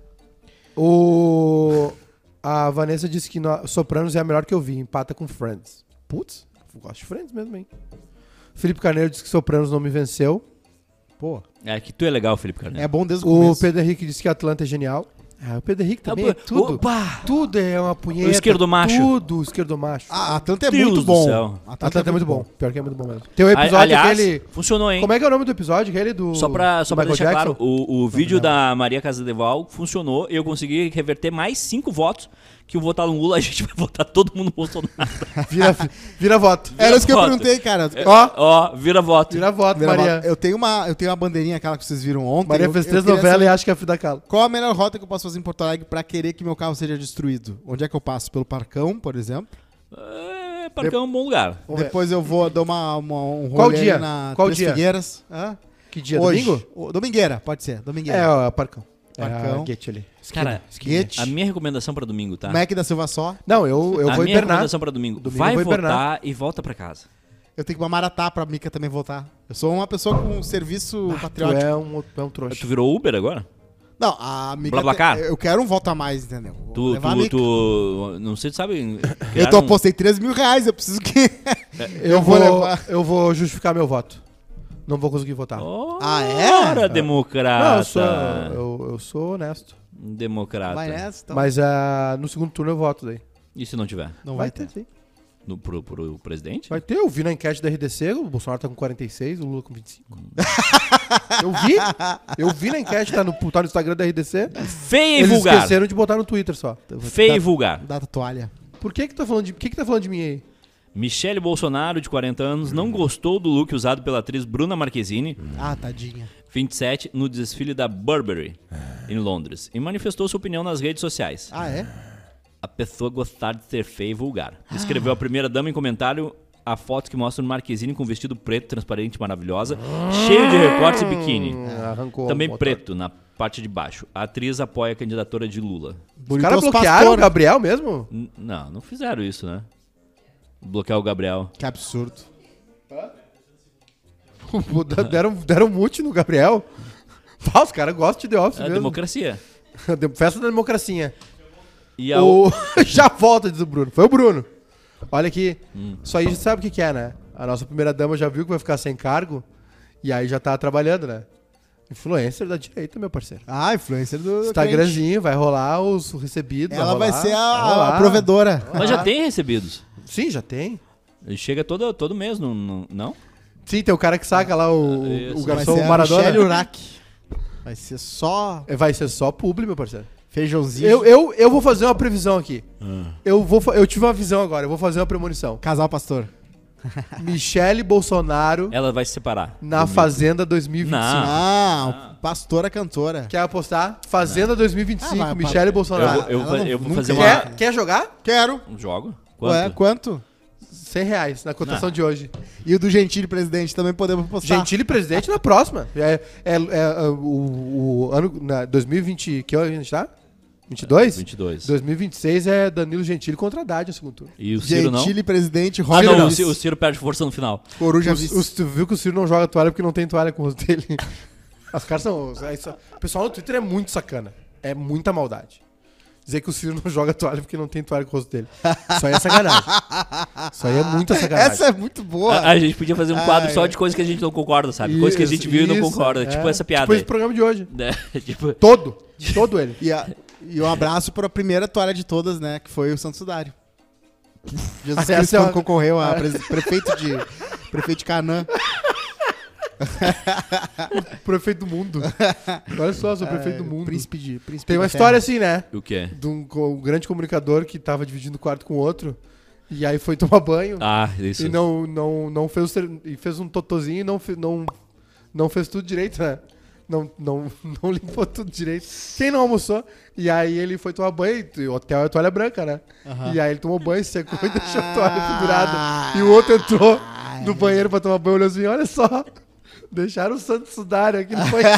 O... A Vanessa disse que no... Sopranos é a melhor que eu vi. Empata com Friends. Putz, eu gosto de Friends mesmo, hein? Felipe Carneiro disse que Sopranos não me venceu. Pô, É que tu é legal, Felipe Carneiro. é bom desde o O começo. Pedro Henrique disse que Atlanta é genial. Ah, o Pedro Henrique também Ah, é tudo. opa! Tudo é uma punheta. O esquerdomacho. Tudo esquerdomacho. Ah, Atlanta é Deus muito do bom. céu. Atlanta é muito bom. Pior que é muito bom mesmo. Tem o episódio A- Aliás, aquele... funcionou, hein? Como é que é o nome do episódio? Aquele do Só pra, só do pra Michael deixar Jackson? claro, o, o vídeo da Maria Casadeval funcionou e eu consegui reverter mais cinco votos que o votar no Lula, a gente vai votar todo mundo no Bolsonaro. Vira, vira voto. Era isso que eu Foto. perguntei, cara. Ó, Ó, vira voto. vira voto, Vira Maria. voto. Eu tenho uma, eu tenho uma bandeirinha, aquela que vocês viram ontem. Maria Eu- fez eu três queria novelas saber e acha que é a Frida Kahlo. Qual a melhor rota que eu posso fazer em Porto Alegre pra querer que meu carro seja destruído? Onde é que eu passo? Pelo Parcão, por exemplo? É, Parcão é um bom lugar. Vamos ver. Depois eu vou dar uma, uma, um rolê Qual ali dia? na Qual Três dia? Figueiras. Hã? Que dia? Hoje. Domingo? O- Domingueira, pode ser. Domingueira. É, ó, Parcão. Parcão. É a Guete ali. Esquina, Cara, esquina. Guete. A minha recomendação pra domingo, tá? Mac da Silva Só. Não, eu, eu a vou minha hibernar. recomendação pra domingo. Domingo vai eu vou votar hibernar. e volta pra casa. Eu tenho que maratá pra Mica também voltar. Eu sou uma pessoa com um serviço Tu patriótico. é um, é um trouxa. Tu virou Uber agora? Não, a Mica... Blablacar? tem- Eu quero um volta a mais, entendeu? Vou Tu, levar a tu, Mica. tu, não sei se tu sabe. Eu criaram tô um- apostei três mil reais, eu preciso que... Eu vou vou, levar. eu vou justificar meu voto. Não vou conseguir votar. Ah, é? Ora, democrata. Não, eu sou, eu, eu sou honesto. Democrata. Vai nessa, então. Mas ah, no segundo turno eu voto daí. E se não tiver? Não vai ter. sim. No, pro, pro presidente? Vai ter, eu vi na enquete da R D C, o Bolsonaro tá com quarenta e seis, o Lula com vinte e cinco. eu vi, eu vi na enquete, tá no, tá no Instagram da R D C. Feia e Eles vulgar. esqueceram de botar no Twitter só. Feia e vulgar. Data toalha. Por que que tá falando de, que que tá falando de mim aí? Michele Bolsonaro, de quarenta anos, não gostou do look usado pela atriz Bruna Marquezine, Ah, tadinha. vinte e sete, no desfile da Burberry, em Londres, e manifestou sua opinião nas redes sociais. Ah, é? A pessoa gostar de ser feia e vulgar. Escreveu a primeira dama em comentário a foto que mostra o Marquezine com um vestido preto, transparente, maravilhosa, cheio de recortes e biquíni. Hum, arrancou Também o motor. preto, na parte de baixo. A atriz apoia a candidatura de Lula. Os caras bloquearam o Gabriel mesmo? N- não, não fizeram isso, né? Bloquear o Gabriel. Que absurdo. deram, deram mute no Gabriel. Pá, os caras gostam de The Office É a mesmo. democracia. Festa da democracia. E a O... Já volta, diz o Bruno. Foi o Bruno. Olha aqui. Hum. Isso aí a gente sabe o que, que é, né? A nossa primeira dama já viu que vai ficar sem cargo. E aí já tá trabalhando, né? Influencer da direita, meu parceiro. Ah, influencer do. do cliente. Instagramzinho, vai rolar os recebidos. Ela vai rolar, ser vai a, rolar. a provedora. Mas já tem recebidos. Sim, já tem. Ele chega todo, todo mês, não? não, não? Sim, tem o cara que saca lá o, Isso. o Vai garçom ser a Maradona. Michele Urac. Vai ser só É, Vai ser só publi, meu parceiro. feijãozinho. Eu, eu, eu vou fazer uma previsão aqui. Ah. Eu, vou, fa- eu tive uma visão agora, eu vou fazer uma premonição. Casal pastor. Michele Bolsonaro Ela vai se separar. na Fazenda dois mil e vinte e cinco. Não. Ah, pastora cantora. Quer apostar? Fazenda dois mil e vinte e cinco, Ah, vai, Michele Eu, Bolsonaro. vou- eu, Ela vou- não- eu vou nunca fazer uma... Quer, quer jogar? Quero. Um jogo? Quanto? Ué, quanto? cem reais na cotação Não. de hoje. E o do Gentili presidente também podemos postar. Gentili presidente na próxima. É, é, é, é, o, o ano na dois mil e vinte, que ano a gente tá? vinte e dois? vinte e dois. dois mil e vinte e seis é Danilo Gentili contra Haddad no segundo turno. E o Ciro não? Gentili presidente, Ah, Roger não, o Vice. Ciro, o Ciro perde força no final. Coruja Os- Vice. os- tu viu que o Ciro não joga toalha porque não tem toalha com o rosto dele. Os caras são... é isso- O pessoal no Twitter é muito sacana. É muita maldade. Dizer que o Ciro não joga toalha porque não tem toalha com o rosto dele. Isso aí é sacanagem. Isso aí é muita sacanagem. Essa é muito boa. A, a gente podia fazer um quadro Ai, só ai. de coisas que a gente não concorda, sabe? Coisas que a gente Isso, viu e não isso, concorda. é. Tipo essa piada Tipo aí. esse programa de hoje. É, tipo, Todo. Todo ele. E a, E um abraço para a primeira toalha de todas, né? Que foi o Santo Sudário. Jesus Essa Cristo é uma- concorreu a pre- prefeito de prefeito de Canaã. Prefeito do mundo. Olha só, sou prefeito do mundo. Príncipe de príncipe Tem uma da história terra. assim, né? O quê? De um, co- um grande comunicador que tava dividindo o quarto com outro. E aí foi tomar banho. Ah, isso. E não, não, não fez, o ser- e fez um totozinho e não, fe- não, não fez tudo direito, né? Não, não, não limpou tudo direito. Quem não almoçou? E aí ele foi tomar banho, e o hotel é toalha branca, né? Aham. E aí ele tomou banho, secou e deixou a toalha pendurada. E o outro entrou no banheiro pra tomar banho e olhou assim, olha só, deixaram o Santo Sudário aqui, não foi?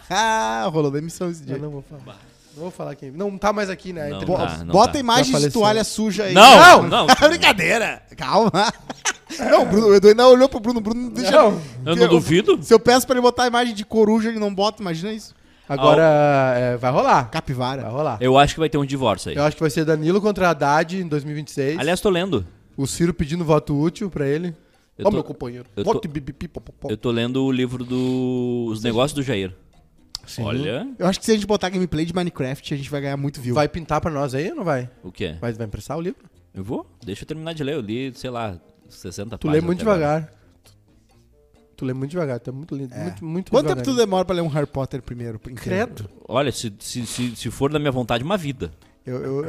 Rolou demissão esse dia. Eu não vou falar. Não vou falar quem. Não tá mais aqui, né? Não Entre- Bo- tá, não Bota tá. imagens Já de faleceu. toalha suja aí. Não, não. Brincadeira. Calma. Não, o, Bruno, o Edu ainda olhou pro Bruno. O Bruno não deixa. Não. Eu não duvido. Se eu peço pra ele botar a imagem de coruja, ele não bota, imagina isso. Agora é, vai rolar. Vai Capivara. rolar. Eu acho que vai ter um divórcio aí. Eu acho que vai ser Danilo contra Haddad em dois mil e vinte e seis. Aliás, tô lendo. O Ciro pedindo voto útil pra ele. Eu Ó, tô- meu companheiro. eu tô- Voto bibipi, popopó. Eu tô lendo o livro dos negócios do Jair. Sim. Olha. Eu acho que se a gente botar gameplay de Minecraft, a gente vai ganhar muito view. Vai pintar pra nós aí ou não vai? O quê? Vai, vai emprestar o livro? Eu vou? Deixa eu terminar de ler. Eu li, sei lá, sessenta Tu páginas. lê muito até agora. devagar. Tu lê muito devagar, tu é muito lindo. Muito, muito Quanto tempo devagar. tu demora pra ler um Harry Potter primeiro? inteiro? Credo. Olha, se, se, se, se for da minha vontade, uma vida. Eu, eu,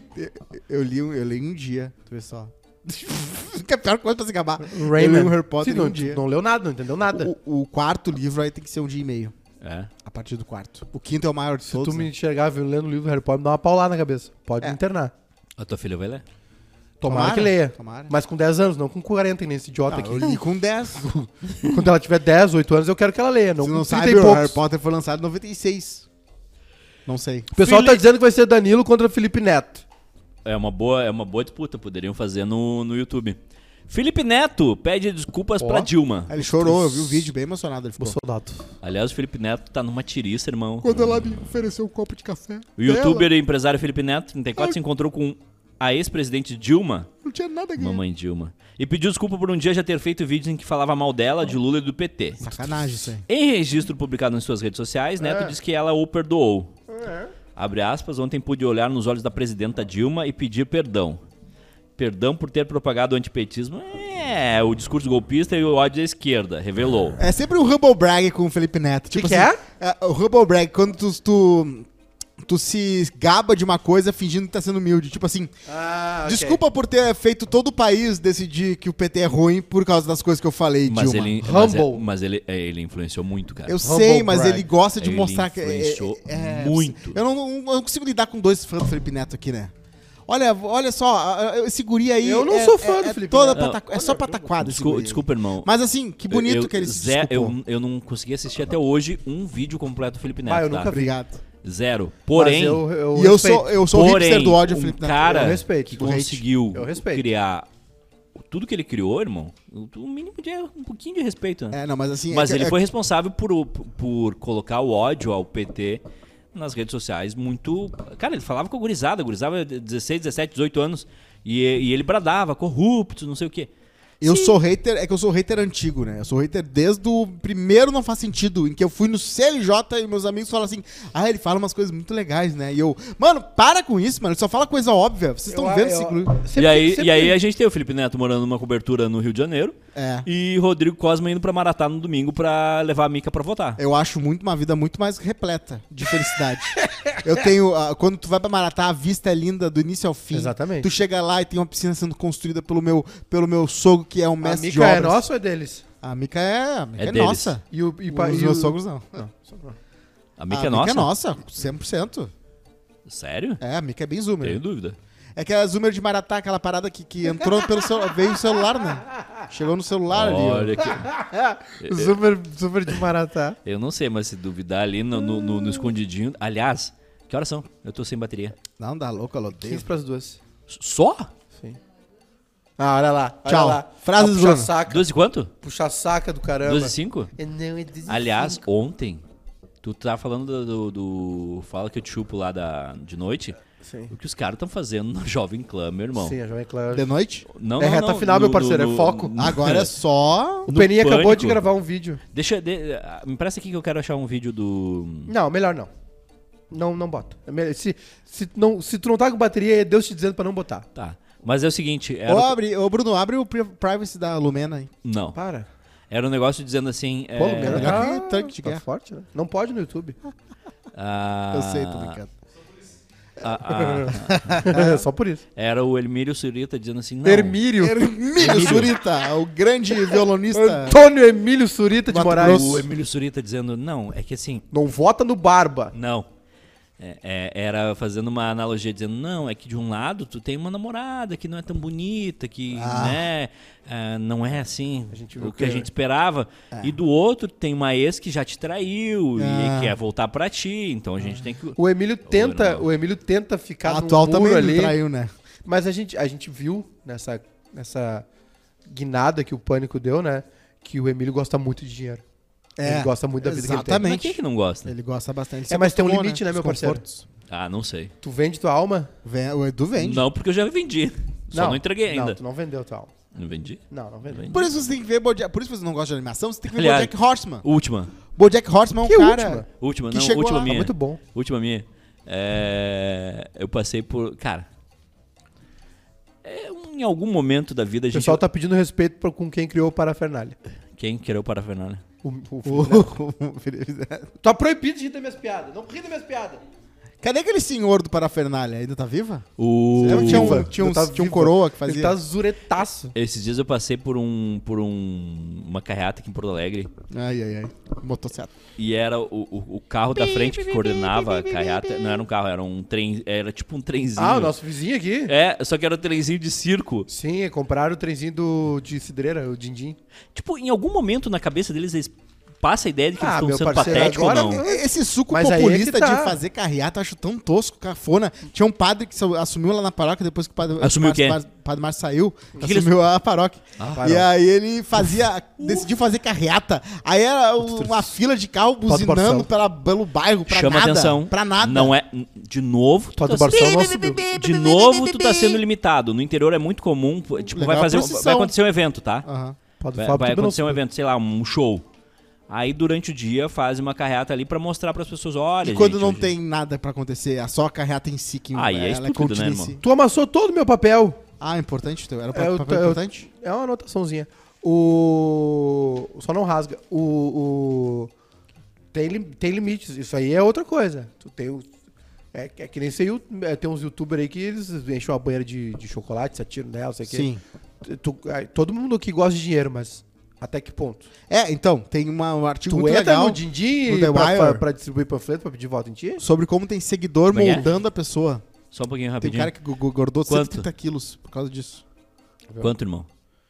eu, li, um- eu li um dia, tu vê só. Que é a pior coisa pra se acabar. Eu li Rayman. um Harry Potter Sim, em um não, dia. não leu nada, não entendeu nada. O, o quarto livro aí tem que ser um dia e meio. É. A partir do quarto. O quinto é o maior de Se todos. tu me né? enxergar lendo o livro do Harry Potter, me dá uma paulada na cabeça. Pode É. me internar. A tua filha vai ler? Tomara, que leia. Tomara. Mas com dez anos, não com quarenta, que nem esse idiota Não, aqui. eu li com dez. Quando ela tiver dez, oito anos, eu quero que ela leia. Não Se com não trinta sabe, e o poucos. Harry Potter foi lançado em noventa e seis. Não sei. O pessoal Fili- tá dizendo que vai ser Danilo contra Felipe Neto. É uma boa, é uma boa disputa. Poderiam fazer no, no YouTube. Felipe Neto pede desculpas Ó. pra Dilma. Aí ele chorou, eu vi o vídeo, bem emocionado ele ficou. Soldado. Aliás, o Felipe Neto tá numa tiriça, irmão. Quando ela me ofereceu um copo de café. O youtuber e empresário Felipe Neto, trinta e quatro, se encontrou com a ex-presidente Dilma, Não tinha nada a ganhar. mamãe Dilma, e pediu desculpa por um dia já ter feito vídeos em que falava mal dela, de Lula e do P T. Sacanagem isso aí. Em registro publicado nas suas redes sociais, Neto diz que ela o perdoou. Abre aspas, ontem pude olhar nos olhos da presidenta Dilma e pedir perdão. Perdão por ter propagado o antipetismo. É, o discurso golpista e o ódio da esquerda, revelou. É sempre um humble brag com o Felipe Neto. Tipo que assim, é? é? O humble brag, quando tu, tu, tu se gaba de uma coisa fingindo que tá sendo humilde. Tipo assim, Ah, desculpa por ter feito todo o país decidir que o P T é ruim por causa das coisas que eu falei, Mas Dilma. ele, mas, é- Humble. mas ele, é, ele influenciou muito, cara. Eu Humble sei, mas brag. ele gosta de Ele mostrar que... influenciou muito. Eu não, não- eu não consigo lidar com dois fãs do Felipe Neto aqui, né? Olha, olha só, esse guri aí... Eu não é- sou fã é- do é Felipe toda Neto. pata- É só pataquado esse Desculpa, guri aí. desculpa, irmão. Mas assim, que bonito Eu- que ele se Zé, desculpou. eu, eu não consegui assistir até hoje um vídeo completo do Felipe Neto, Ah, eu tá? nunca vi. Obrigado. Zero. Porém, Mas eu, eu E eu respeito. sou, eu sou o porém hipster do ódio, um Felipe Neto. cara Eu respeito, que do hate. conseguiu Eu respeito. criar tudo que ele criou, irmão, o mínimo de um pouquinho de respeito, né? É, não, mas assim... Mas é, que- ele é, foi responsável por, por colocar o ódio ao P T nas redes sociais muito... Cara, ele falava com a gurizada, a gurizada de dezesseis, dezessete, dezoito anos, e, e ele bradava, corrupto, não sei o quê. Eu Sim. sou hater, é que eu sou hater antigo, né? Eu sou hater desde o primeiro Não Faz Sentido, em que eu fui no C L J e meus amigos falam assim, ah, ele fala umas coisas muito legais, né? E eu, mano, para com isso, mano, ele só fala coisa óbvia. Vocês estão vendo esse guri? e aí, e aí a gente tem o Felipe Neto morando numa cobertura no Rio de Janeiro, É. e Rodrigo Cosma indo pra Maratá no domingo pra levar a Mica pra votar. Eu acho muito uma vida muito mais repleta de felicidade. Eu tenho, ah, quando tu vai pra Maratá, a vista é linda do início ao fim. Exatamente. Tu chega lá e tem uma piscina sendo construída pelo meu, pelo meu sogro, que é um A mestre de Mica obras. é nossa ou é deles? A Mica é, a Mica É é, deles. nossa. E o, e, pa- Os e meus o- sogros não. Não, sobrou. A Mica a é nossa? Mica é nossa, cem por cento. Sério? É, a Mica é bem zoomer. Tenho dúvida. É que a zoomer de Maratá, aquela parada que, que entrou pelo celular, veio o celular, né? Chegou no celular ali. ó. Olha que... Super, super de Maratá. Eu não sei, mas se duvidar ali no, no, no- no escondidinho... Aliás, que horas são? Eu tô sem bateria. Não, dá louco, ela odeia. quinze pras duas. Só? Sim. Ah, olha lá. olha Tchau. lá. Frases, Ah, Bruno. puxa saca. doze e quanto? Puxa saca do caramba. doze e cinco? Não, é doze e Aliás, cinco. ontem, tu tá falando do, do, do Fala Que Eu Te Chupo lá da, de noite. Sim. O que os caras estão fazendo no Jovem Clan, meu irmão. Sim, a Jovem Clã. De noite? Não, É não, reta não, final, no- meu parceiro, no- é foco. no- Agora é só... O no Peninha acabou Pânico. de gravar um vídeo. Deixa... De, ah, me presta aqui que eu quero achar um vídeo do... Não, melhor não. Não, não bota. É melhor- Se, se, não, se tu não tá com bateria, é Deus te dizendo pra não botar. Tá. Mas é o seguinte... Era Ô, o- abre, ô, Bruno, abre o pri- privacy da Lumena aí. Não. Para. Era um negócio dizendo assim... Pô, é, Lumena melhor tá, que tanque de tá guerra. forte, né? Não pode no YouTube. ah, Eu sei, tô brincando. a- a- Só por isso. era o Emílio Surita dizendo assim... Não, Hermílio. Hermílio Surita, o grande violonista. Antônio Emílio Surita de Mato Moraes. O Emílio Surita dizendo... Não, é que assim... Não vota no Barba. Não. É, é, era fazendo uma analogia dizendo, não, é que de um lado tu tem uma namorada que não é tão bonita, que Ah. né, é, não é assim gente o viu que que- a gente esperava. E do outro tem uma ex que já te traiu Ah. e quer voltar pra ti, então a gente tem que... O Emílio tenta, irmão. o Emílio tenta ficar A no atual muro também ali, ele traiu, né? mas a gente, a gente viu nessa, nessa guinada que o Pânico deu, né, que o Emílio gosta muito de dinheiro. Ele gosta muito da vida que ele tem. exatamente. Mas quem que não gosta? Ele gosta bastante. Ele se É, mas tem um acostumou, limite, né, Os meu parceiro? confortos. Ah, não sei. Tu vende tua alma? Ven- O Edu vende. Não, porque eu já vendi. Só não, entreguei ainda. Não, tu não vendeu tua alma. Não vendi? Não, não vendeu. Vendi. Por isso você tem que ver Bojack, por isso você não gosta de animação, você tem que ver Aliás, Bojack Horseman. Última. Bojack Horseman é um Que cara última? Última, que não, chegou última lá. minha. Ah, muito bom. Última minha. É, eu passei por... Cara... é, em algum momento da vida a O gente... pessoal tá pedindo respeito pra, com quem criou o Parafernália. Quem criou o Parafernália? O, o, O- Tá proibido de rir das minhas piadas. Não ri das minhas piadas. Cadê aquele senhor do Parafernália? Ainda tá viva? O... Lembra que tinha um, Viva. tinha um, Ele tá tinha um viva. coroa que Ele fazia... tá zuretaço. Esses dias eu passei por um por um uma carreata aqui em Porto Alegre Ai, ai, ai. Motocicleta. e era o, o, o carro da frente que coordenava a carreata, não era um carro, era um trem, era tipo um trenzinho. Ah, o nosso vizinho aqui? É, só que era um trenzinho de circo. Sim, compraram o trenzinho do, de cidreira, o Dindim. Tipo, em algum momento na cabeça deles eles passa a ideia de que Ah, eles meu estão sendo parceiro, patéticos ou agora não. Esse suco Mas aí é populista que tá. de fazer carreata eu acho tão tosco, cafona. Tinha um padre que sa- assumiu lá na paróquia depois que o padre, Assumiu o o quê? padre, padre Márcio saiu. que ele assumiu a paróquia. Ah, e paróquia. aí ele fazia, decidiu fazer carreata. Aí era um- uma fila de carro buzinando Barção. pela, pelo bairro pra Chama nada. atenção. Pra nada. Não é de novo, tu Padre tá, Barção não subiu. de novo tu tá sendo limitado. No interior é muito comum, tipo, Legal vai a fazer, procissão. vai acontecer um evento, tá? Aham. Padre Vai, Fábio vai também não acontecer um subiu. evento, sei lá, um show. Aí durante o dia faz uma carreata ali pra mostrar pras pessoas, olha, E quando gente, não hoje- tem nada pra acontecer, é só a carreata em si que Aí é ela estúpido, contida né, em irmão? si. Tu amassou todo o meu papel. Ah, importante? Teu? Era É, eu- papel eu- importante? É uma anotaçãozinha. O... Só não rasga. O... o... Tem, lim- tem limites. Isso aí é outra coisa. Tu tem o... É, é que nem sei, é, tem uns youtubers aí que eles enchem uma banheira de, de chocolate, se atiram nela, sei o quê. Sim. Tu- aí, todo mundo aqui gosta de dinheiro, mas até que ponto? É, então, tem uma, um artigo Tu muito entra legal no Dindim no The pra, Wire. pra, pra distribuir panfleto, pra pedir voto em ti? sobre como tem seguidor Como é que é? moldando a pessoa. Só um pouquinho Tem rapidinho. cara que go- go- engordou Quanto? cento e trinta quilos por causa disso. Quanto, irmão?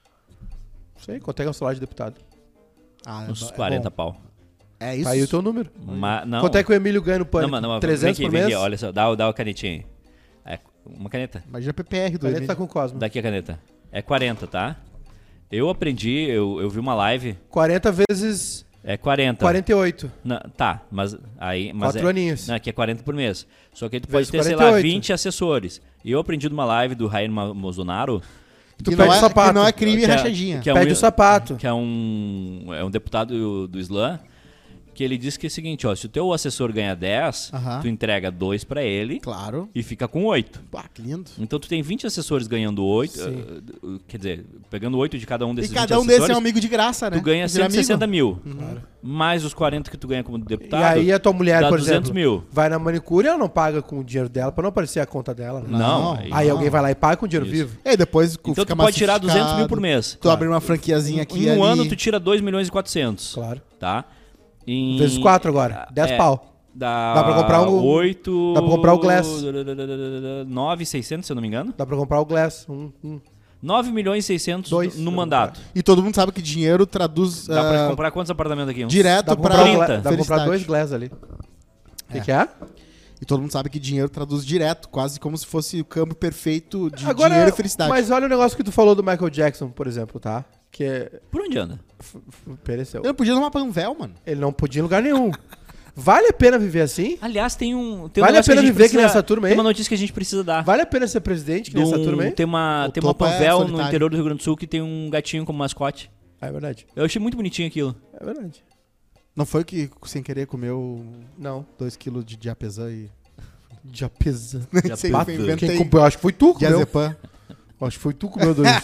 Não sei, quanto é que é o salário de deputado? Ah, Uns é quarenta bom. pau. É isso. Tá aí o teu número. Ma- não. Quanto é que o Emílio ganha no Não, Pânico? mas não, mas trezentos vem aqui, por vem mês? aqui, olha só, dá, dá a canetinha aí. É, uma caneta. Imagina a P P R do O Caneta Emílio. tá com o Cosmo. Daqui a caneta. É quarenta, tá? Eu aprendi, eu, eu vi uma live, quarenta vezes é quarenta. quarenta e oito. Na- tá, mas aí... Mas Quatro é, aninhos. Não, aqui é quarenta por mês. Só que aí tu Vezes pode ter, sei lá, quarenta e oito. vinte assessores. E eu aprendi numa live do Jair Ma- Bolsonaro... Tu Que pede não, é, o sapato. que não é crime que é- rachadinha. que é Pede um- o sapato. Que é um, é um deputado do, do Islã, que ele disse que é o seguinte, ó, se o teu assessor ganha dez, Aham. tu entrega dois pra ele Claro. e fica com oito. Pá, que lindo. Então tu tem vinte assessores ganhando oito, Sim. uh, quer dizer, pegando oito de cada um E desses cada um vinte desses é um assessores, amigo de graça, né? tu ganha Vira cento e sessenta amigo. mil. Mais os quarenta que tu ganha como E deputado, aí a tua mulher, dá por duzentos exemplo, mil. vai na manicure e ela não paga com o dinheiro dela pra não aparecer a conta dela. né? Não, Não. aí, Aí alguém vai lá e paga com o dinheiro Isso. vivo. E aí depois então fica tu pode tirar duzentos mil massificado, por mês. Tu abre uma franquiazinha aqui Em e um ali. ano tu tira dois milhões e quatrocentos, Claro. tá? Em... Vezes quatro agora. dez É, pau. Dá, Dá pra comprar um- oito... dá pra comprar o Glass. nove mil e seiscentos, se eu não me engano. Dá pra comprar o Glass. Um, um. nove milhões e seiscentos Dois. no Dá mandato. E todo mundo sabe que dinheiro traduz Dá pra ah, comprar quantos apartamentos aqui? Uns direto Dá pra pra comprar, um trinta. Gla- dá pra comprar felicidade. dois Glass ali. O que, É. que é? E todo mundo sabe que dinheiro traduz direto, quase como se fosse o campo perfeito de Agora, dinheiro e felicidade. Mas olha o negócio que tu falou do Michael Jackson, por exemplo, tá? Que é... Por onde anda? f- f- pereceu. Eu não podia tomar panvel, mano. Ele não podia em lugar nenhum. Vale a pena viver assim? Aliás, tem um... Tem um Vale a negócio pena que gente viver que precisa- nessa turma aí? Tem uma notícia que a gente precisa dar. Vale a pena ser presidente que De nessa um- turma aí? tem uma, O tem uma topo é panvel no solitário. interior do Rio Grande do Sul que tem um gatinho como mascote. É verdade. Eu achei muito bonitinho aquilo. É verdade. Não foi que sem querer comeu Não. dois quilos de diapezan e... Diapezan. Sei, Diapezan. eu inventei. Quem comprou? Acho que foi tu que comeu. Diazepam. Acho que foi tu que comeu dois.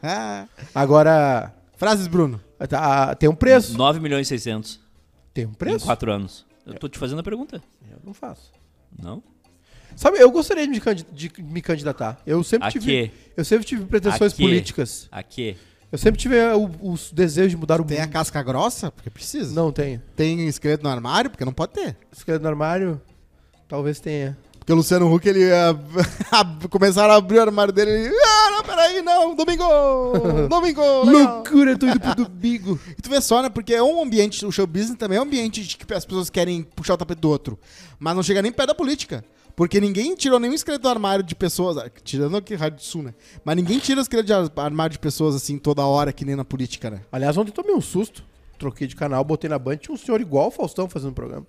Agora, Frases, Bruno. tá, tem um preço. nove milhões e seiscentos Tem um em preço? quatro anos. Eu tô te fazendo a pergunta. Eu não faço. Não? Sabe, eu gostaria de me, candi- de me candidatar. Eu sempre A tive. quê? Eu sempre tive pretensões A quê? políticas. Aqui. Eu sempre tive eh, o, os desejos de mudar o Tem a mundo. casca grossa? Porque precisa. Não tenho. Tem esqueleto no armário? Porque não pode ter. Esqueleto no armário? Talvez tenha. Porque o Luciano Huck, ele... ah, começaram a abrir o armário dele e ele... Ah, não, peraí, não. Domingo! Domingo! legal." Loucura, tô indo pro domingo. E tu vê só, né? Porque é um ambiente... O show business também é um ambiente de que as pessoas querem puxar o tapete do outro. Mas não chega nem perto da política. Porque ninguém tirou nenhum esqueleto do armário de pessoas... ah, Tirando aqui Rádio do Sul, né? Mas ninguém tira o esqueleto de ar- armário de pessoas assim toda hora, que nem na política, né? Aliás, ontem tomei um susto. Troquei de canal, botei na Band, tinha um senhor igual o Faustão fazendo programa.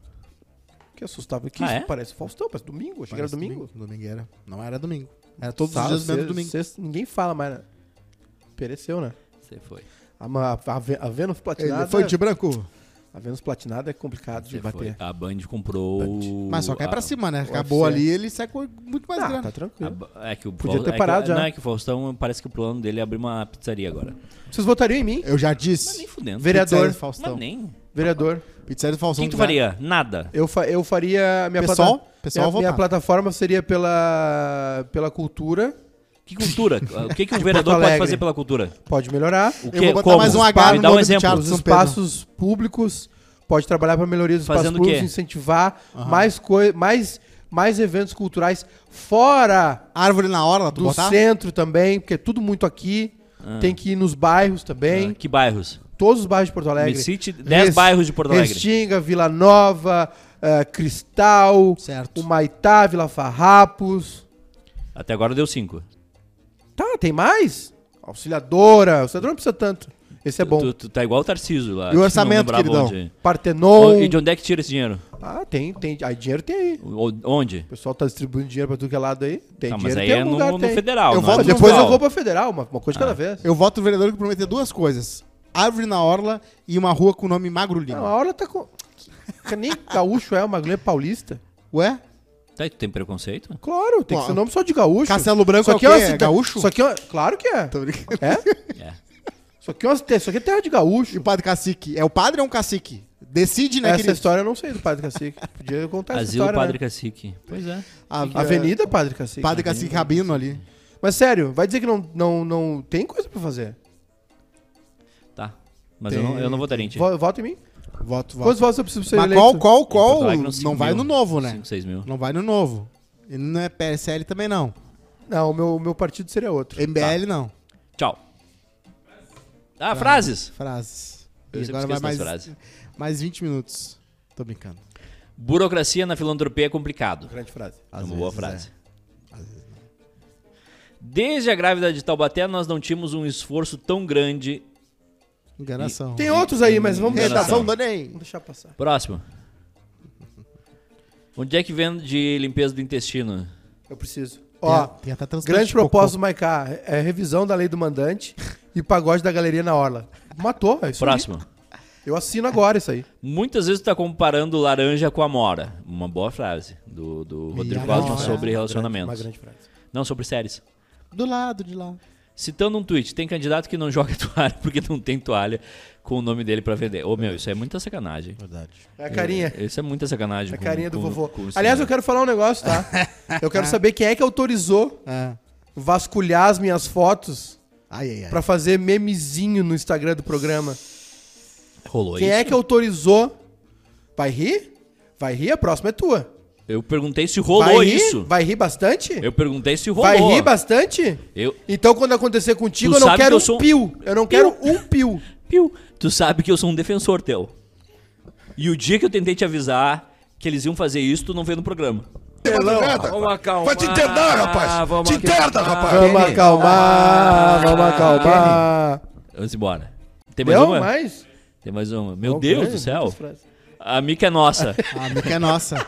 Que assustava. Que Ah, isso é? parece Faustão, parece domingo. Achei que era Parece domingo. Domingo era. Não era domingo. Era todos Sábado, os dias menos sexta- domingo. sexta, ninguém fala mais, né? Pereceu, né? Você foi. A, ma- a, Ve- a Vênus platinada... Ele foi de branco. A Vênus platinada é complicado de Você foi. bater. A Band comprou... Band. Mas só cai a- pra cima, né? U F C. Acabou ali, ele sai com muito mais Ah, grana. tá a tranquilo. Ba- É que o Podia Faus- ter é que- parado já. Não, é que o Faustão parece que o plano dele é abrir uma pizzaria agora. Vocês votariam em mim? Eu já Mas disse. nem fudendo. Vereador. Pizzaria do Mas Faustão. nem. Vereador. Pizzaria do O Faustão. que, que tu faria? Nada. Eu, fa eu faria... Minha Pessoal? plata- Pessoal minha, minha votar. plataforma seria pela, pela cultura. Que cultura? O que, que um De vereador Porto pode Alegre. fazer pela cultura? Pode melhorar. O Eu que? vou botar Como? mais um Me H no dá um nome do exemplo. Teatro Os São Pedro. espaços públicos. Pode trabalhar para melhoria dos espaços Fazendo o públicos, quê? incentivar mais, coi mais, mais eventos culturais fora Árvore na orla, tu do botar? centro também, porque é tudo muito aqui. Ah. Tem que ir nos bairros também. Ah, que bairros? Todos os bairros de Porto Alegre. Me cite dez bairros de Porto Alegre. Restinga, Vila Nova, eh, Cristal, Certo. Humaitá, Vila Farrapos. Até agora deu cinco. Tá, tem mais? Auxiliadora. Auxiliadora não precisa tanto. Esse é bom. Tu, tu tá igual o Tarcísio lá. E o que não orçamento, lembrava queridão? onde- Partenon. E de onde é que tira esse dinheiro? Ah, tem, tem. Aí dinheiro tem aí. O- Onde? O pessoal tá distribuindo dinheiro pra tudo que é lado aí. Tem Não, mas dinheiro, aí tem é algum no, lugar, no tem. federal. Eu não voto é no Depois eu municipal. vou pra federal, uma, uma coisa de Ah. cada vez. Eu voto no vereador que prometeu duas coisas. Árvore na orla e uma rua com o nome Magro Lima. Não, a hora tá com... Que nem gaúcho é, uma é paulista. Ué? Tá, e tu tem preconceito? Claro, tem que Pô, ser nome só de gaúcho. Castelo Branco Isso é o aqui quê? uma É cida- gaúcho? Isso aqui é uma... Claro que é. Tô brincando. É? É. Isso aqui é, uma... Isso aqui é terra de gaúcho. E o padre cacique? É o padre ou é um cacique? Decide, né, Essa querido? história eu não sei do Padre Cacique. Podia contar essa Asilo história, Padre né? Cacique. Pois é. A- Avenida Padre Cacique. Padre Cacique Rabino ali. Mas sério, vai dizer que não, não, não tem coisa pra fazer. Tá. Mas eu não, eu não votaria em ti. Vo- Vota em mim. Voto, Quantos voto. votos eu preciso ser Mas eleito? qual, qual, Porto qual? Alegre, uns cinco Não vai mil. no novo, né? cinco, seis mil. Não vai no novo. E não é P S L também não. Não, o meu, o meu partido seria outro. M B L não. Tchau. Ah, frases. Frases. Eu E sempre agora vai esqueço mais, das frases. mais vinte minutos. Tô brincando. Burocracia na filantropia é complicado. Grande frase. É Às uma boa vezes frase. Desde a grávida de Taubaté, nós não tínhamos um esforço tão grande. Enganação. Tem outros aí, mas vamos deixar, Enganação. vamos do Ney. deixar passar. Próximo. Onde é que vem de limpeza do intestino? Eu preciso. Tem, Ó, tem até transplante grande de cocô. propósito do Maiká. É revisão da lei do mandante e pagode da galeria na orla. Matou, é isso aí. Próximo. Eu assino agora isso aí. Muitas vezes tu tá comparando laranja com amora. Uma boa frase do, do Rodrigo amora. Cosma sobre Uma relacionamentos. grande frase. Não, sobre séries. Do lado de lá. Citando um tweet, tem candidato que não joga toalha porque não tem toalha com o nome dele pra vender. Ô meu, isso é muita sacanagem. Verdade. É a carinha. Isso é muita sacanagem. A com- carinha do com- vovô. com o Aliás, cinema. eu quero falar um negócio, tá? Eu quero saber quem é que autorizou É. vasculhar as minhas fotos Ai, ai, ai. pra fazer memezinho no Instagram do programa. Rolou Quem isso? é que autorizou? Vai rir? Vai rir, a próxima é tua. Eu perguntei se rolou Vai rir? isso. Vai rir bastante? Eu perguntei se rolou. Vai rir bastante? Eu... Então, quando acontecer contigo, Tu eu não sabe quero que eu um sou um- pio. Eu não quero um pio. Piu, tu sabe que eu sou um defensor teu. E o dia que eu tentei te avisar que eles iam fazer isso, tu não veio no programa. Vamos acalmar. Vai te internar, rapaz! Vamos Te aqui. interna, rapaz! Vamos acalmar, vamos acalmar. Vamos embora. Tem mais Deu uma? mais? Tem mais uma. Meu Bom, Deus grande, do céu. muitas frases. A mica é nossa. A mica é nossa.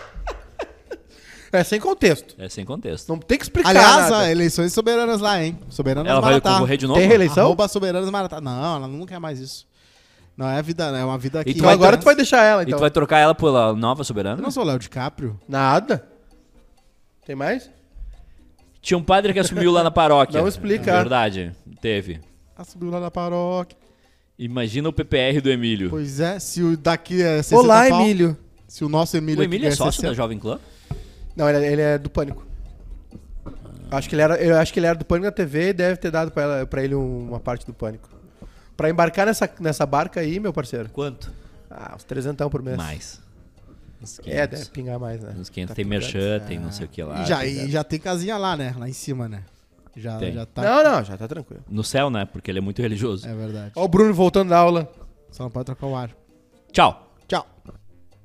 É sem contexto. É sem contexto. Não tem que explicar Aliás, nada. a eleições soberanas lá, hein? Soberanas Ela vai Maratá. concorrer de novo? Tem reeleição? Arroba Soberanas Maratá. Não, ela não quer mais isso. Não é vida, é uma vida que... tu Então agora tu vai deixar ela, E então. tu vai trocar ela pela nova Eu soberana? não sou o Léo DiCaprio. Nada. Tem mais? Tinha um padre que assumiu lá na paróquia. Não explica. Verdade, teve. Ah, subiu lá na paróquia. Imagina o P P R do Emílio. Pois é, se o daqui é sessenta Olá, pau, Emílio. se o nosso Emílio O aqui Emílio é ganha sócio sessenta. da Jovem Clã? Não, ele, é- ele é do Pânico. Acho que ele era, eu acho que ele era do Pânico na T V e deve ter dado pra, ela, pra ele um- uma parte do Pânico. Pra embarcar nessa, nessa barca aí, meu parceiro. Quanto? Ah, uns trezentão por mês. Mais. Uns É, quinhentos. deve pingar mais, né? Uns quinhentos. Tá Tem pingando. merchan, tem não sei o que lá. E já, tem- e já tem casinha lá, né? Lá em cima, né? Já, Tem. já tá. Não, não, já tá tranquilo. No céu, né? Porque ele é muito religioso. É verdade. Ó o Bruno voltando da aula. Só não pode trocar o ar. Tchau. Tchau.